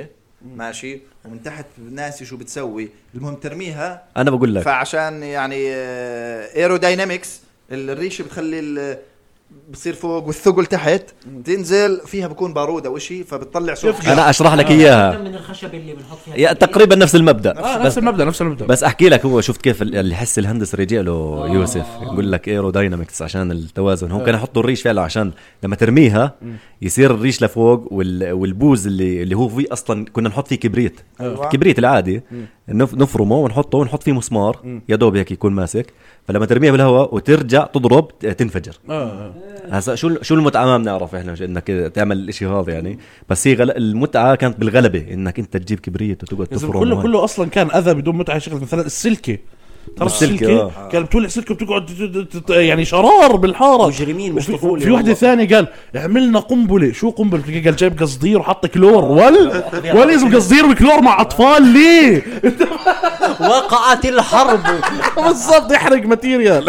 ماشي ومن تحت ناسي شو بتسوي، المهم ترميها.
انا بقول لك
فعشان يعني ايروداينامكس الريشه بتخلي بصير فوق والثقل تحت، تنزل فيها بكون بارودة وشي فبتطلع صوت.
انا اشرح لك اياها
من الخشب اللي بنحط فيها
يا تقريبا نفس المبدا.
آه نفس المبدا نفس المبدا
بس احكي لك هو شفت كيف اللي حس الهندسه رجع له آه. يوسف يقول لك ايروداينامكس عشان التوازن. هو آه. كان يحطوا الريش فعلا عشان لما ترميها يصير الريش لفوق والبوز اللي اللي هو فيه اصلا كنا نحط فيه كبريت آه. الكبريت العادي نفرمه ونحطه ونحط فيه مسمار يا دوب هيك يكون ماسك، فلما ترميها بالهواء وترجع تضرب تنفجر. اه هسا شو شو المتعه ما بنعرف احنا انك تعمل الاشي هذا يعني، بس هي غل... المتعه كانت بالغلبه انك انت تجيب كبريت وتقعد تفرم.
كله كله اصلا كان اذى بدون متعه. شغله مثلا السلكه ترى السلكه آه. كان بتولع سلكه وبتقعد يعني شرار بالحاره
مجرمين مش طفوله.
في واحده ثانيه قال عملنا قنبله. شو قنبله؟ قال جايب قصدير وحط كلور. ولا ولا لازم قصدير وكلور مع اطفال ليه؟
وقعت الحرب
بالضبط يحرق ماتيريال.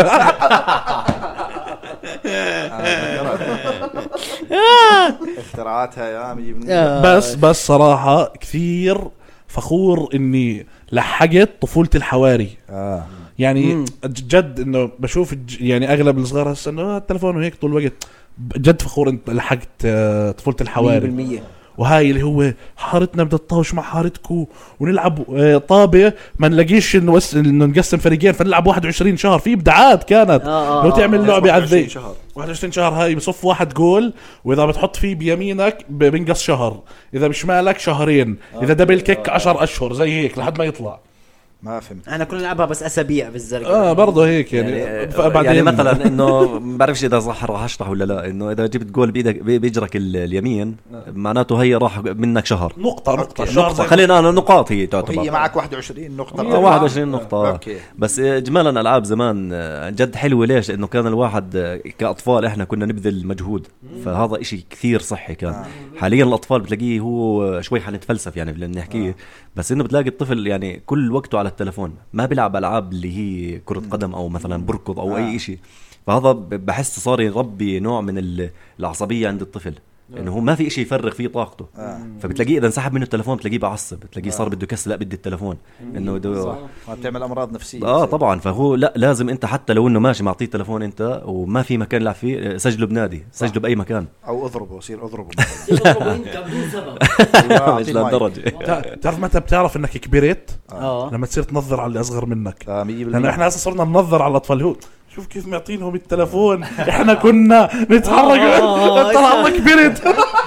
اختراعاتها يا عمي.
بس بس صراحه كثير فخور اني لحقت طفولة الحواري. آه. يعني مم. جد انه بشوف يعني اغلب الصغار هسه انه التلفون وهيك طول الوقت. جد فخور انت لحقت طفولة الحواري مية بالمية. وهاي اللي هو حارتنا بدها تطاوش مع حارتكو ونلعب طابة ما نلاقيش انه انه نقسم فريقين فنلعب واحد وعشرين شهر. في ابداعات كانت آه لو تعمل لعبة على الذي واحد وعشرين شهر. هاي بصف واحد جول، واذا بتحط فيه بيمينك بنقص شهر، اذا بشمالك شهرين، اذا دبل كيك عشر اشهر زي هيك لحد ما يطلع.
ما فهمت.
انا كنا نلعبها بس اسابيع بالزرقاء.
اه برضه هيك يعني
يعني, يعني مثلا انه ما بعرفش اذا صح راح اشرح ولا لا، انه اذا جبت جول بايدك بيجرك اليمين معناته هي راح منك شهر
نقطه نقطه,
نقطة. خلينا انا نقاط هي تعتبر
هي معك واحد وعشرين نقطه
آه واحد وعشرين نقطه. أوكي. بس اجمالا العاب زمان جد حلوه. ليش؟ لانه كان الواحد كاطفال احنا كنا نبذل مجهود، فهذا إشي كثير صحي كان. آه. حاليا الاطفال بتلاقيه هو شوي حنتفلسف يعني بدنا نحكيه آه. بس انه بتلاقي الطفل يعني كل وقته على التلفون، ما بيلعب ألعاب اللي هي كرة قدم أو مثلا بركض أو أي إشي. فهذا بحس صار يربي نوع من العصبية عند الطفل، إنه هو ما في إشي يفرغ فيه طاقته. فبتلاقيه إذا انسحب منه التلفون بتلاقيه بعصب، بتلاقيه صار بده يكسل لا بدي التلفون إنه بده
بتعمل أمراض نفسية.
آه طبعا. فهو لا لازم أنت حتى لو إنه ماشي معطيه التلفون أنت وما في مكان يلعب فيه سجله بنادي، سجله بأي مكان
أو أضربه صير أضربه
أضربه أنت بدون سبب.
مش لهالدرجة.
تعرف متى بتعرف إنك كبرت؟ آه. لما تصير تنظر على اللي أصغر منك.
آه
لأنه إحنا هسه صرنا ننظر على الأطفال. هو شوف كيف معطينهم التلفون، احنا كنا نتحرك. انت الله كبرت.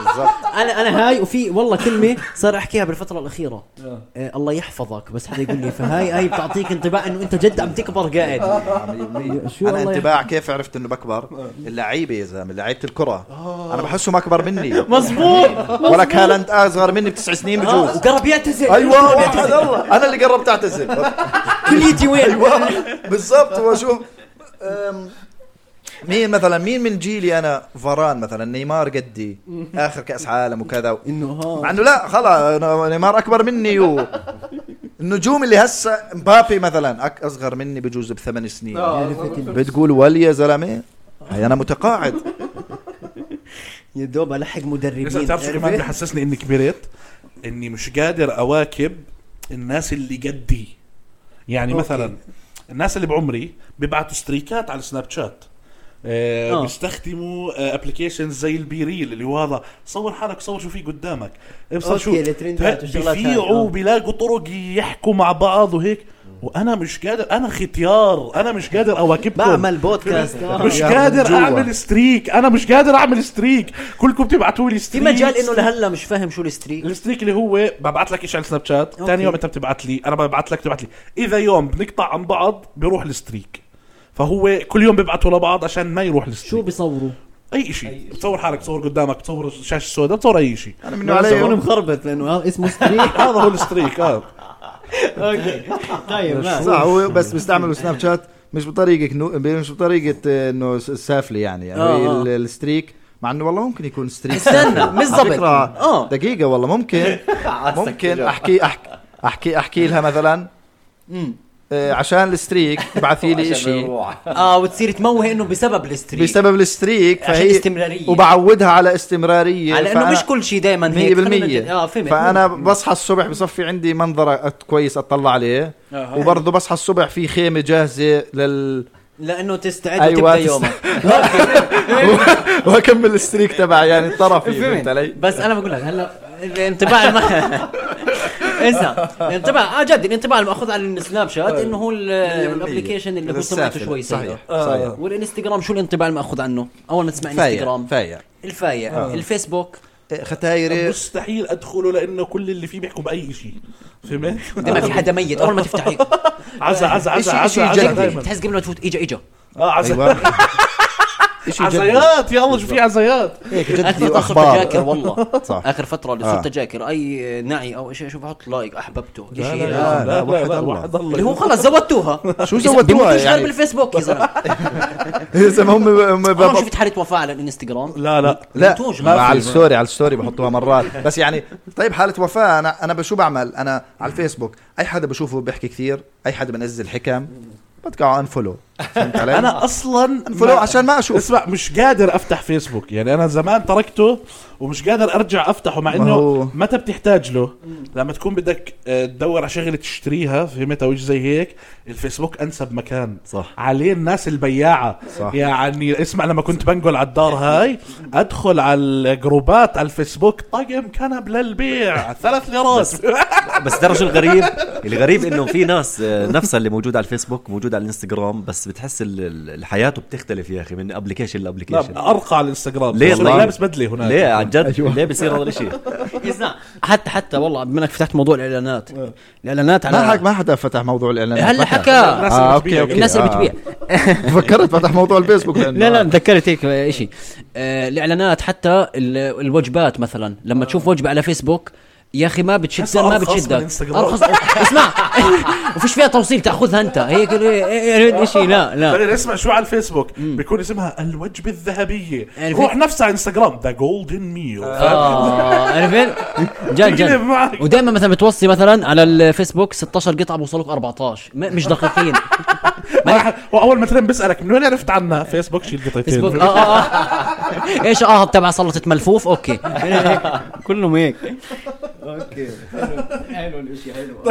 انا انا هاي. وفي والله كلمه صار احكيها بالفتره الاخيره آه الله يحفظك، بس حدا يقول لي فهاي هاي بتعطيك انطباع انه انت جد عم تكبر قاعد.
شو انا انطباع كيف عرفت انه بكبر؟ اللعيبه يا زلمه لعيبه الكره انا بحسهم اكبر مني.
مزبوط.
ولك هالاند اصغر مني بتسع سنين بجوز.
وقرب يعتزل.
ايوه انا اللي قربت اعتزل.
كليتي وين؟
ايوه بالضبط. واشوف مين مثلا مين من جيلي انا فاران مثلا نيمار قدي اخر كاس عالم وكذا
انه
مع انه لا خلاص نيمار اكبر مني. و النجوم اللي هسه مبابي مثلا اصغر مني بجوز بثمان سنين. بتقول ولي يا زلمه هي انا متقاعد
يا دوب الحق مدربين.
تعرف كمان بيحسسني اني كبرت، اني مش قادر اواكب الناس اللي قدي. يعني أوكي. مثلا الناس اللي بعمري بيبعتوا ستريكات على سناب شات، آه آه. بيستخدموا ابليكيشنز زي البيريل اللي هو هذا صور حالك صور شو في قدامك ابصر شو بيفيعوا بيلاقوا طرق يحكوا مع بعض وهيك. وانا مش قادر، انا ختيار، انا مش قادر اواكبكم.
بعمل بودكاست
مش قادر اعمل ستريك، انا مش قادر اعمل ستريك. كلكم بتبعتوا لي ستريك.
في مجال انه لهلا مش فاهم شو الستريك.
الستريك اللي هو ببعث لك شيء على سناب شات، ثاني يوم انت بتبعث لي، انا ببعث لك تبعث لي. اذا يوم بنقطع عن بعض بيروح الستريك، فهو كل يوم بيبعثوا لبعض عشان ما يروح الستريك.
شو بيصوروا؟
اي شيء. تصور حالك، تصور قدامك، تصور الشاشه السوداء، تصور اي شيء.
انا منه علي
مخربط لانه اسمه ستريك.
هذا هو الستريك. اه
اوكي طيب
صح. هو بس بيستعملوا سناب شات مش بطريقه مش بطريقه انه السافلي يعني, يعني آه. الستريك مع انه والله ممكن يكون ستريك.
استنى بالضبط
اه دقيقه والله ممكن ممكن احكي احكي احكي احكي لها مثلا آه عشان الستريك تبعثي لي شيء
اه وتصير تموه انه بسبب الستريك
بسبب الستريك
فهي استمراريه
وبعودها على استمراريه
على انه مش كل شيء دائما
هيك مية بالمية.
اه فهمت.
فانا بصحى الصبح بصفي عندي منظر كويس اطلع عليه آه وبرضه بصحى الصبح في خيمه جاهزه لل
لانه تستعد أيوة وتبدا يومك
واكمل الستريك تبع يعني الطرفي فهمت علي.
بس انا بقول لك هلا الانطباع الم... انسى الانطباع اه جد الانطباع المأخوذ على السناب شات انه هو الابلكيشن اللي هو سمعته شوي
صحيح
صحيح. والانستغرام شو الانطباع المأخوذ عنه؟ اول ما تسمع انستغرام
فايع
الفايع آه. الفيسبوك
ختايري
مستحيل ادخله لانه كل اللي فيه بيحكوا باي شيء فهمت؟
ما في حدا ميت اول ما تفتح هيك
عزا عزا عزا عزا
تحس قبل ما تفوت اجا اجا
اه عزا عزيات يلا شو في عزيات
هيك جدي
اخر فتره جاكر والله
صح.
اخر فتره اللي صرت جاكر اي نعي او شيء اشوف احط لايك احببته
لا لا لا, لا, لا واحد الله
اللي هو خلص زودتوها
شو زودتوها
يعني بالفيسبوك يا زلمه
يا زلمه هم
ما شفت حاله وفاه على الانستغرام
لا لا
لا على الستوري على الستوري بحطوها مرات بس يعني طيب حاله وفاه انا انا بشو بعمل انا على الفيسبوك اي حدا بشوفه بيحكي كثير اي حدا بنزل حكم بتقعوا انفولو
انا اصلا
انفولو عشان ما اشوف
اسمع مش قادر افتح فيسبوك يعني انا زمان تركته ومش قادر ارجع افتحه مع انه متى بتحتاج له لما تكون بدك تدور على شغله تشتريها فهمت او زي هيك الفيسبوك انسب مكان
صح
عليه الناس البياعه صح. يعني اسمع لما كنت بنقل على الدار هاي ادخل على الجروبات على الفيسبوك طقم كنب للبيع ثلاث ليرات
بس, بس درجه الغريب الغريب انه في ناس نفسها اللي موجوده على الفيسبوك موجوده على الانستغرام بس بتحس الحياه بتختلف يا اخي من ابلكيشن لابلكيشن
ارقى على الانستغرام
ليه
لابس بدله هناك
ليه عن جد أيوة. ليه بيصير هذا الشيء
يسمع حتى حتى والله بما انك فتحت موضوع الاعلانات
الاعلانات على ما حد ما حدا فتح موضوع الاعلانات
هلا حكى
آه أوكي أوكي.
الناس اللي بتبيع
فكرت فتح موضوع الفيسبوك
لا لا تذكرت هيك شيء آه الاعلانات حتى الوجبات مثلا لما تشوف وجبه على فيسبوك يا اخي ما بتشد ما بتشدك ارخص اسمع وفيش فيها توصيل تاخذها انت هيك شيء لا لا
اسمع شو على الفيسبوك بيكون اسمها الوجبه الذهبيه روح نفسها على انستغرام ذا جولدن ميل
اه عرفت جد جد ودائما مثلا بتوصي مثلا على الفيسبوك ستة عشر قطعه بوصلوك أربعة عشر مش دقيقين
واول ما ترن بيسالك من وين عرفت عنها فيسبوك شيل قطعتين
اه اه ايش اه تبع سلطه ملفوف اوكي كلهم هيك اوكي حلو الاشي حلو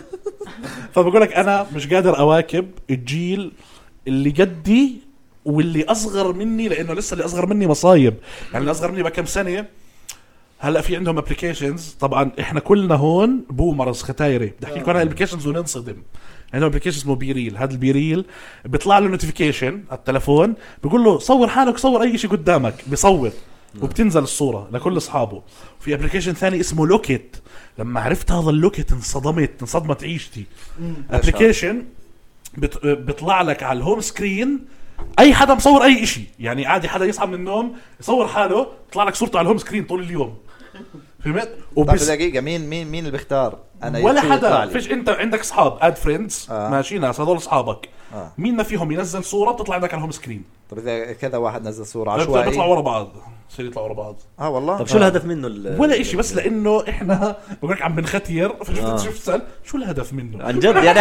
فبقول لك انا مش قادر اواكب الجيل اللي قدي واللي اصغر مني لانه لسه اللي اصغر مني مصايب يعني اللي اصغر مني بكم سنه هلا في عندهم ابلكيشنز طبعا احنا كلنا هون بومرز ختايري بدي احكي لكم عن الابلكيشنز وننصدم عندهم ابلكيشن اسمه بيريل هذا البيريل بيطلع له نوتيفيكيشن على التلفون بيقول له صور حالك صور اي شيء قدامك بيصور وبتنزل الصورة لكل أصحابه. في أبليكيشن ثاني اسمه لوكيت لما عرفت هذا اللوكيت انصدمت انصدمت عيشتي. أبليكيشن بت... بيطلع لك على الهوم سكرين أي حدا مصور أي إشي يعني عادي حدا يصحى من النوم يصور حاله يطلع لك صورته على الهوم سكرين طول اليوم فهمت؟
وبس دقيقة مين مين مين اللي بيختار؟
أنا ولا حدا فيش أنت عندك أصحاب اد فريندز آه. ماشي ناس هذول أصحابك آه. مين ما فيهم ينزل صورة بتطلع عندك على الهوم سكرين.
طب إذا كذا واحد نزل صورة عشوائي
بيطلع ورا بعض يصير يطلع ورا بعض.
اه والله.
طب شو الهدف منه؟
ولا إشي بس لأنه إحنا بقولك عم بنختير فشفت آه. شفت سأل شو الهدف منه؟
عن جد يعني.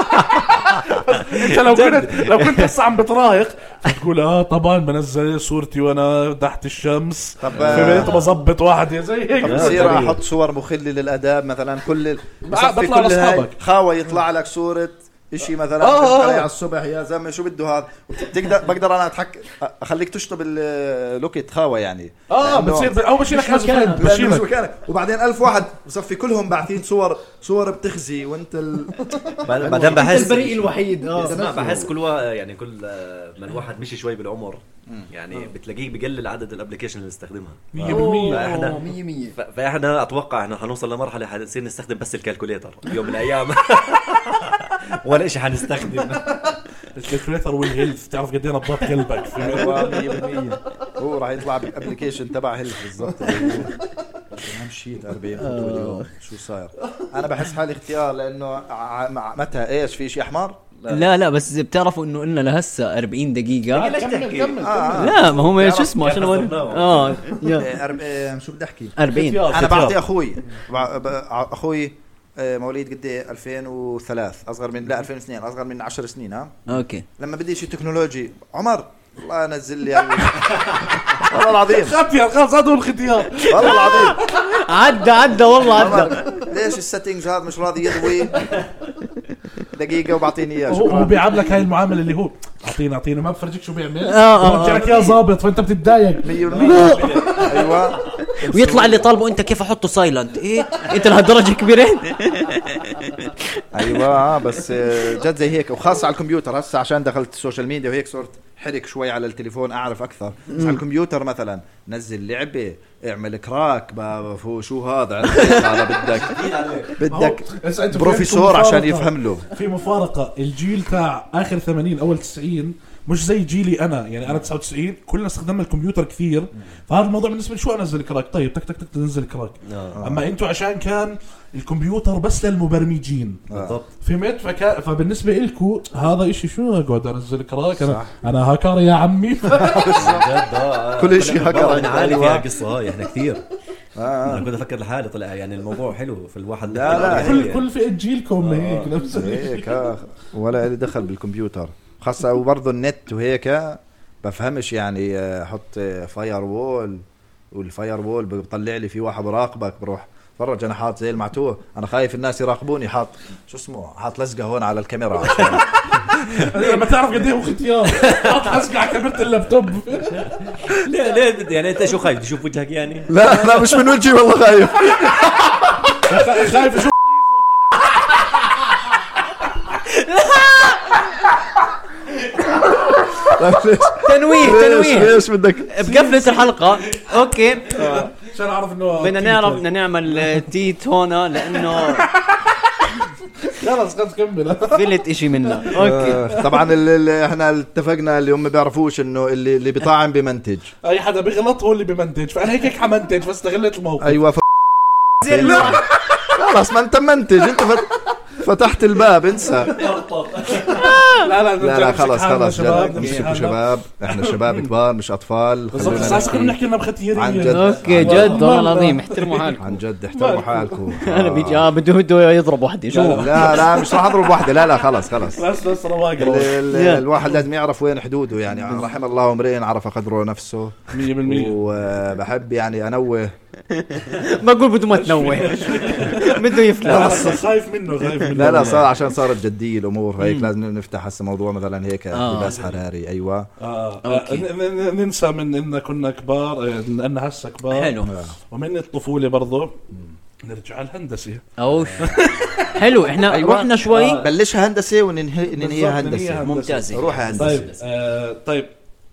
أنت لو كنت لو كنت هسه عم بتراهق تقول آه طبعا بنزل صورتي وأنا تحت الشمس. طب فبقيت بظبط واحد يا زي هيك.
بصير أحط صور مخلة للأداب مثلا كل بطلع لأصحابك خاوة يطلع لك صورة إشي مثلا آه على الصبح يا زلمه شو بده هذا تقدر بقدر انا اتحك اخليك تشطب اللوكيت خاوه يعني
اه بتصير او بشيلك
بشيلك وبعدين ألف واحد بصفي كلهم باعثين صور صور بتخزي وانت ال...
بعدين بحس
البريء الوحيد
اه بحس كل وا... يعني كل ما الواحد مشي شوي بالعمر يعني آه. بتلاقيه بقلل عدد الابلكيشن اللي نستخدمها
مية بالمية
فاحنا مية مية فاحنا اتوقع انه حنوصل لمرحله حنصير نستخدم بس الكالكوليتر يوم من الايام ولا شيء حنستخدم
الكالكوليتر والهيلث تعرف قد ايه نبضات قلبك
ايوه مية بالمية هو راح يطلع بالابلكيشن تبع هيلث بالضبط اهم شيء أربعين خطوه اليوم شو صاير انا بحس حالي اختيار لانه متى ايش في شيء احمر
لا لا بس بتعرفوا انه قلنا لهسه أربعين دقيقة
كمل كمل
آه.
لا ما هو شو اسمه عشان اقول
اه شو بدي احكي
أربعين
انا بعطي اخوي اخوي مواليد قد ايه ألفين وثلاثة اصغر من لا ألفين واثنين اصغر من عشر سنين. ها
اوكي
لما بدي شيء تكنولوجي عمر الله نزل لي يعني والله العظيم
خطير خلاص هذا هو الختيار
والله العظيم
عدى عدى والله عدى.
ليش السيتنجز هذا مش راضي يضوي دقيقه وبعطيني اياه.
هو
شكرا.
بيعاملك هاي المعامله اللي هو اعطينا اعطينا ما بفرجيك شو بيعمل
آه،
برجع لك يا ظابط فانت بتتضايق
مية بالمية ايوه
ويطلع اللي طالبه انت كيف احطه سايلنت. ايه انت لهالدرجه كبيره؟
ايوه بس جد زي هيك وخاصه على الكمبيوتر. هسه عشان دخلت السوشيال ميديا وهيك صرت حرك شوي على التليفون اعرف اكثر. بس على الكمبيوتر مثلا نزل لعبه اعمل كراك بابا شو هذا هذا بدك بدك بروفيسور عشان يفهم له.
في مفارقه الجيل تاع اخر ثمانين اول تسعين مش زي جيلي انا يعني انا تسعة وتسعين كلنا استخدمنا الكمبيوتر كثير فهذا الموضوع بالنسبه لي شو انزل كراك طيب تك تك تك تنزل كراك. آه. اما انتوا عشان كان الكمبيوتر بس للمبرمجين
بالضبط
فهمت فكا... فبالنسبه لكم هذا إشي شو اقعد انزل كراك انا صح. انا هاكر يا عمي
كل شيء هاكر
انا عارف فيها قصه هاي احنا كثير.
آه.
انا كنت افكر لحالي طلع يعني الموضوع حلو في الواحد.
لا لا
كل كل فئه جيلكم
آه.
هيك نفس
هيك ولا اللي دخل بالكمبيوتر خاصة وبرضه النت وهيك بفهمش يعني احط فاير وول والفاير وول بيطلع لي في واحد براقبك بروح فرج انا حاط زي المعتوه انا خايف الناس يراقبوني حاط شو اسمه حاط لزقه هون على الكاميرا عشان
ما تعرف قد ايه هو ختيار حاط لزقه على كاميرا اللابتوب.
ليه ليه يعني انت شو خايف تشوف وجهك يعني؟
لا لا مش من وجهي والله خايف
خايف اشوف
تنويه تنويه
ليش بدك
بقفلة الحلقة. اوكي
عشان اعرف انه
بدنا نعرف بدنا نعمل تيت هنا لانه
خلص خلص كمل
فلت اشي منا. اوكي
طبعا اللي احنا اتفقنا اللي هم بيعرفوش انه اللي اللي بيطعم بمنتج
اي حدا بيغلط هو اللي بمنتج فانا هيك هيك حمنتج فاستغلت الموقف.
ايوه ف... خلاص ما انت منتج انت فت... فتحت الباب انسى.
لا لا
لا لا خلاص خلاص جد امسكوا شباب احنا شباب كبار مش اطفال.
خلونا نحكي نحكي لنا بختياريه
عن جد.
اوكي جد والله العظيم احترموا حالكم
عن جد احترموا حالكم.
انا بيجي اه بده بده يضرب وحده شو
لا لا مش راح اضرب واحده لا لا خلاص خلاص
بس بس رواق
الواحد لازم يعرف وين حدوده يعني رحم الله امرئ عرف قدره نفسه
مية بالمية.
وبحب يعني انوه
بقول بده ما تنوه بده يفلح
خايف منه خايف منه.
لا لا صار عشان صارت جديه الامور هيك لازم نفتح هسه موضوع مثلا هيك
آه.
لباس حراري. ايوه
آه. آه. ننسى من ان كنا كبار لان هسه كبار
حلو
ومن الطفوله برضه نرجع الهندسه
اوف حلو احنا
أيوة.
رحنا شوي
آه. بلشها هندسه وننهي ننهيها هندسه
ممتازه.
روح هندسه.
طيب آه طيب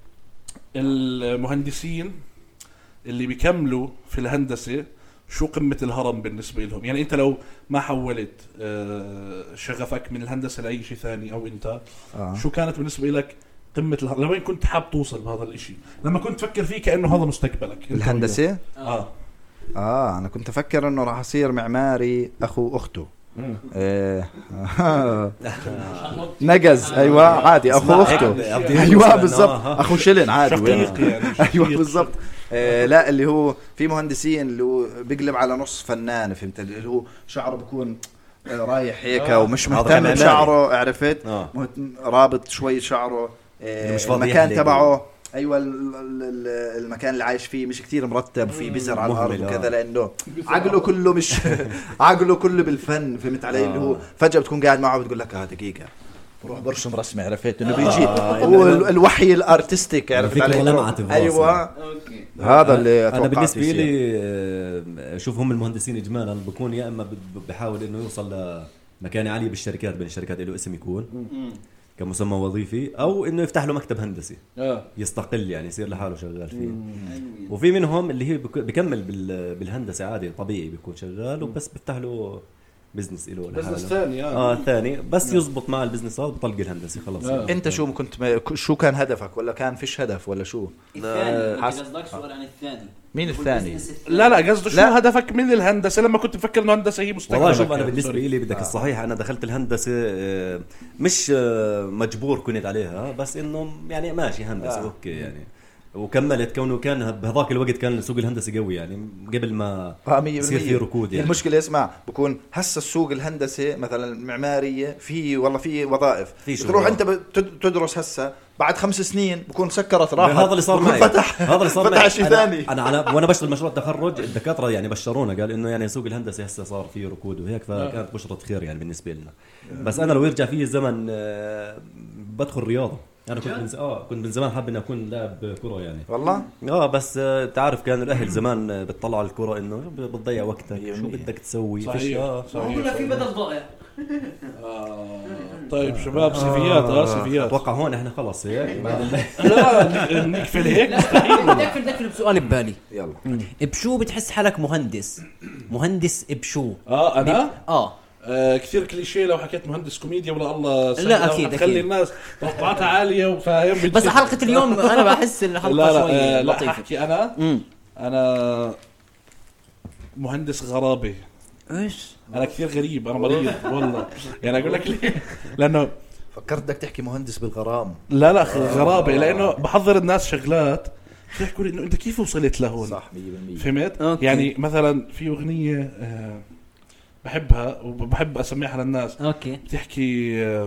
المهندسين اللي بيكملوا في الهندسه شو قمة الهرم بالنسبة لهم؟ يعني أنت لو ما حولت شغفك من الهندسة لأي شيء ثاني أو أنت آه. شو كانت بالنسبة لك قمة الهرم؟ لوين كنت حاب توصل بهذا الإشي؟ لما كنت تفكر فيه كأنه هذا مستقبلك
الهندسة؟
آه
آه أنا كنت أفكر إنه راح أصير معماري أخو أخته. إيه. نجز ايوه عادي اخو اخته ايوه بالضبط اخو شلن عادي
يعني
ايوه بالضبط. آه لا اللي هو في مهندسين اللي هو بيقلب على نص فنان فهمت اللي هو شعره بيكون رايح هيك آه. ومش مهتم بشعره عرفت آه. رابط شوي شعره آه المكان تبعه ايوه المكان اللي عايش فيه مش كتير مرتب وفي بزر على الارض وكذا لانه عقله كله مش عقله كله بالفن فهمت علي اللي هو فجأة بتكون قاعد معه بتقول لك اه دقيقة بروح برسم رسمة عرفت انه بيجي هو الوحي الارتستيك عرفت علي ايوه هذا اللي
انا بالنسبة لي شوف هم المهندسين اجمالا بكون يا اما بحاول انه يوصل لمكانة عالية بالشركات بين الشركات له اسم يكون كمسمى وظيفي او انه يفتح له مكتب هندسي آه. يستقل يعني يصير لحاله شغال فيه. وفي منهم اللي هي بكمل بالهندسه عادي طبيعي بيكون شغال وبس بيفتح له بزنس له
بزنس ثاني
اه ثاني بس يزبط مع البزنس هذا بطلق الهندسي خلاص.
آه. انت شو كنت شو كان هدفك ولا كان فيش هدف ولا شو؟
الثاني قصدك سؤال عن الثاني
مين الثاني؟
لا لا قصده شو لا. هدفك من الهندسه لما كنت تفكر انه هندسه هي مستقبل؟
والله شوف انا بالنسبه لي بدك آه. الصحيح انا دخلت الهندسه مش مجبور كنت عليها بس انه يعني ماشي هندسه آه. اوكي يعني وكملت كونه كان بهذاك الوقت كان السوق الهندسي قوي يعني قبل ما يصير في ركود يعني.
المشكله اسمع بكون هسه السوق الهندسي مثلا المعماريه في والله في وظائف تروح انت تدرس هسه بعد خمس سنين بكون سكرت راحت.
هذا اللي صار معي
فتح
هذا اللي صار
فتح شيء ثاني.
انا انا وانا بشتغل مشروع التخرج الدكاتره يعني بشرونا قال انه يعني سوق الهندسه هسه صار فيه ركود وهيك فكانت بشرة خير يعني بالنسبه لنا. بس انا لو يرجع فيه الزمن بدخل رياضه. انا كنت من اه كنت من زمان حابب اني اكون لاعب كره يعني
والله
اه بس آه تعرف كان الاهل زمان بتطلعوا على الكره انه بتضيع وقتك شو بدك تسوي
صحيح
اه
صحيح في بدل ضائع.
طيب شباب سيفيات اه سيفيات
اتوقع هون احنا خلص هيك
لا نقفل هيك مستحيل.
بدي اقفل بدي اقفل بسؤال ببالي.
يلا
بشو بتحس حالك مهندس؟ مهندس بشو؟
اه انا
اه
آه كثير كليشيه لو حكيت مهندس كوميديا ولا الله
لا اكيد
خلي الناس توقعاتها عاليه وفاهم.
بس حلقه اليوم انا بحس الحلقه
لا لا
شوي
آه لا
لطيفه.
احكي انا
مم.
انا مهندس غرابه.
ايش
انا كثير غريب انا مريض والله يعني اقول لك ليه لانه
فكرت بدك تحكي مهندس بالغرام.
لا لا غرابه لانه بحضر الناس شغلات يحكوا لي انه انت كيف وصلت لهون
صح مية بالمية.
فهمت
أوكي.
يعني مثلا في اغنيه آه بحبها وبحب اسمعها للناس
اوكي
بتحكي آه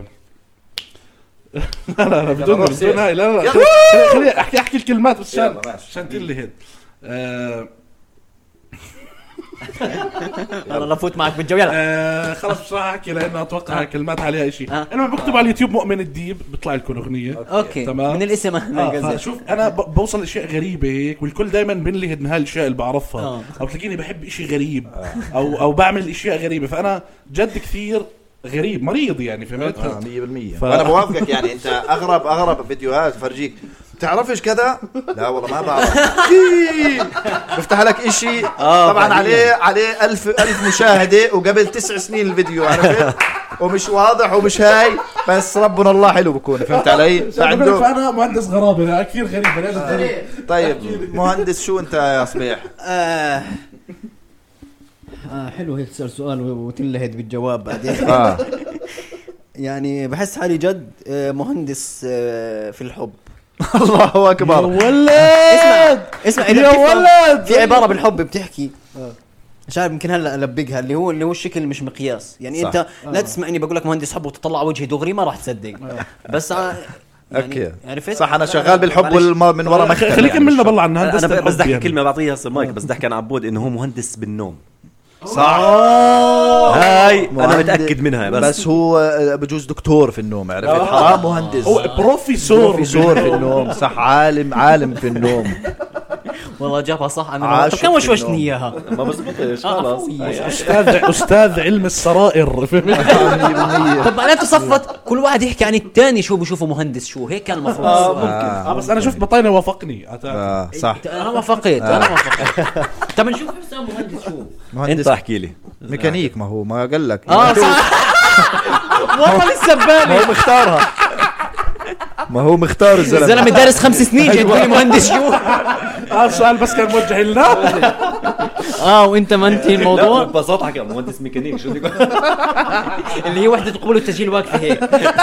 لا لا لا بدون بدون هاي لا لا خليني احكي احكي الكلمات بس عشان عشان تلهد. آه
انا لفوت معك بالجو يلا.
آه خلاص بصراحه احكي لانه اتوقع
آه.
كلمات عليها شيء.
آه.
انا بكتب على اليوتيوب مؤمن الديب بيطلع لكم اغنيه.
اوكي
تمام.
من الاسم
آه شوف انا ب- بوصل اشياء غريبه هيك والكل دائما بنلهد من هالاشياء اللي بعرفها.
آه.
او تلاقيني بحب اشي غريب او او بعمل اشياء غريبه فانا جد كثير غريب مريض يعني فهمت.
اه مية بالمية.
ف-
وانا بوافقك يعني انت اغرب اغرب فيديوهات فرجيك تعرفش كذا لا والله ما بعرف بفتح لك اشي طبعا عليه عليه ألف ألف مشاهدة وقبل تسع سنين الفيديو عرفت ومش واضح ومش هاي بس ربنا الله حلو بكون فهمت علي.
فعنده فانا مهندس غرابه لا كثير غريب لازم غريب.
طيب مهندس شو انت يا صبيح؟
آه. آه حلو هيك تصير سؤال وتنلهد بالجواب بعدين.
اه
يعني بحس حالي جد آه مهندس آه في الحب.
الله اكبر.
ولد
اسمع اسمع
يا ولد
في عباره بالحب بتحكي مش عارف يمكن هلا البقها اللي هو اللي هو الشكل مش مقياس يعني
صح.
انت لا تسمعني بقول لك مهندس حب وتطلع وجهي دغري ما راح تصدق بس ع-
اوكي
يعني عرفت
صح انا شغال بالحب والم من ورا مكتب.
خليك كملنا بالله عن هندسه
انا بس
الحب
احكي
يعني.
كلمه بعطيها هسه المايك بس احكي عن عبود انه هو مهندس بالنوم.
صح
هاي انا
مهندس-
متاكد منها بس,
بس هو آه، بجوز دكتور في النوم عرفت حرام مهندس
هو بروفيسور
بروفيسور في النوم صح عالم عالم في النوم.
والله جابها صح انا
عاشق
كم
في
وشوشني
النوم.
اياها
ما بزبطش
آه،
خلاص.
عفوية.
استاذ استاذ علم السرائر فهمت.
طب انا تصفت كل واحد يحكي عن الثاني شو بشوفه مهندس شو هيك كان المفروض
اه
السؤال.
ممكن اه بس انا شفت بطاينه وافقني
آه صح
انا وافقت انا وافقت. طب نشوف حسام مهندس شو
مهندس
انت احكي لي
ميكانيك ما هو ما قال لك
اه صح والله لسه
ما
ببالي
هو مختارها ما هو مختار الزلمه
الزلمه دارس خمس سنين جاي تقول لي مهندس شو
اه السؤال بس كان موجه لنا.
اه وانت ما انتهي الموضوع
ببساطه حكى مهندس ميكانيك شو بدك
اللي هي وحده القبول والتسجيل واقفه هيك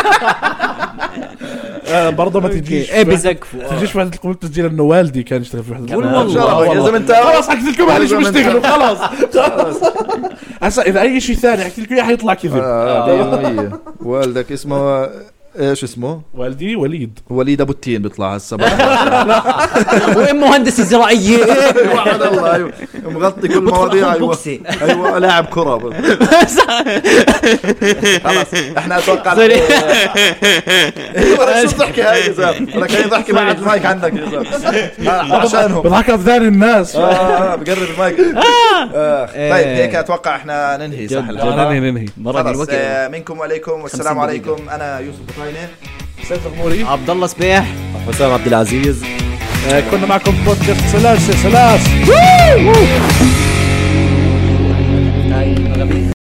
آه برضه ما تجيش
ايه بزقفوا
تجيش وحده القبول تسجيل انه والدي كان يشتغل في وحده
قول
القبول.
والله.
يا زلمه انت
خلاص حكيت لكم هذا شو
يا زلمة
بيشتغلوا خلاص خلاص. هسا اذا اي شيء ثاني حكيت لكم اياه حيطلع كذب.
آه مية بالمية. والدك اسمه ايش اسمه
والدي وليد
وليد ابو التين بيطلع هسه
وين مهندس الزراعيه
وعد الله ايوه مغطي كل مواضيع ايوه ايوه لاعب كره خلاص احنا اتوقع ايوه شو ضحكي هاي يا زلمه انا كان ضحكي بعد المايك عندك يا زلمه عشانهم
بضحك في ذهن الناس.
اه بقرب المايك آه. طيب هيك اتوقع احنا ننهي صح
ننهي ننهي
خلاص آه، منكم وعليكم والسلام عليكم. انا يوسف بطاينه
سيد غموري
عبد الله صبيح
حسام عبد العزيز.
آه، كنا معكم بودكاست سلاس سلاس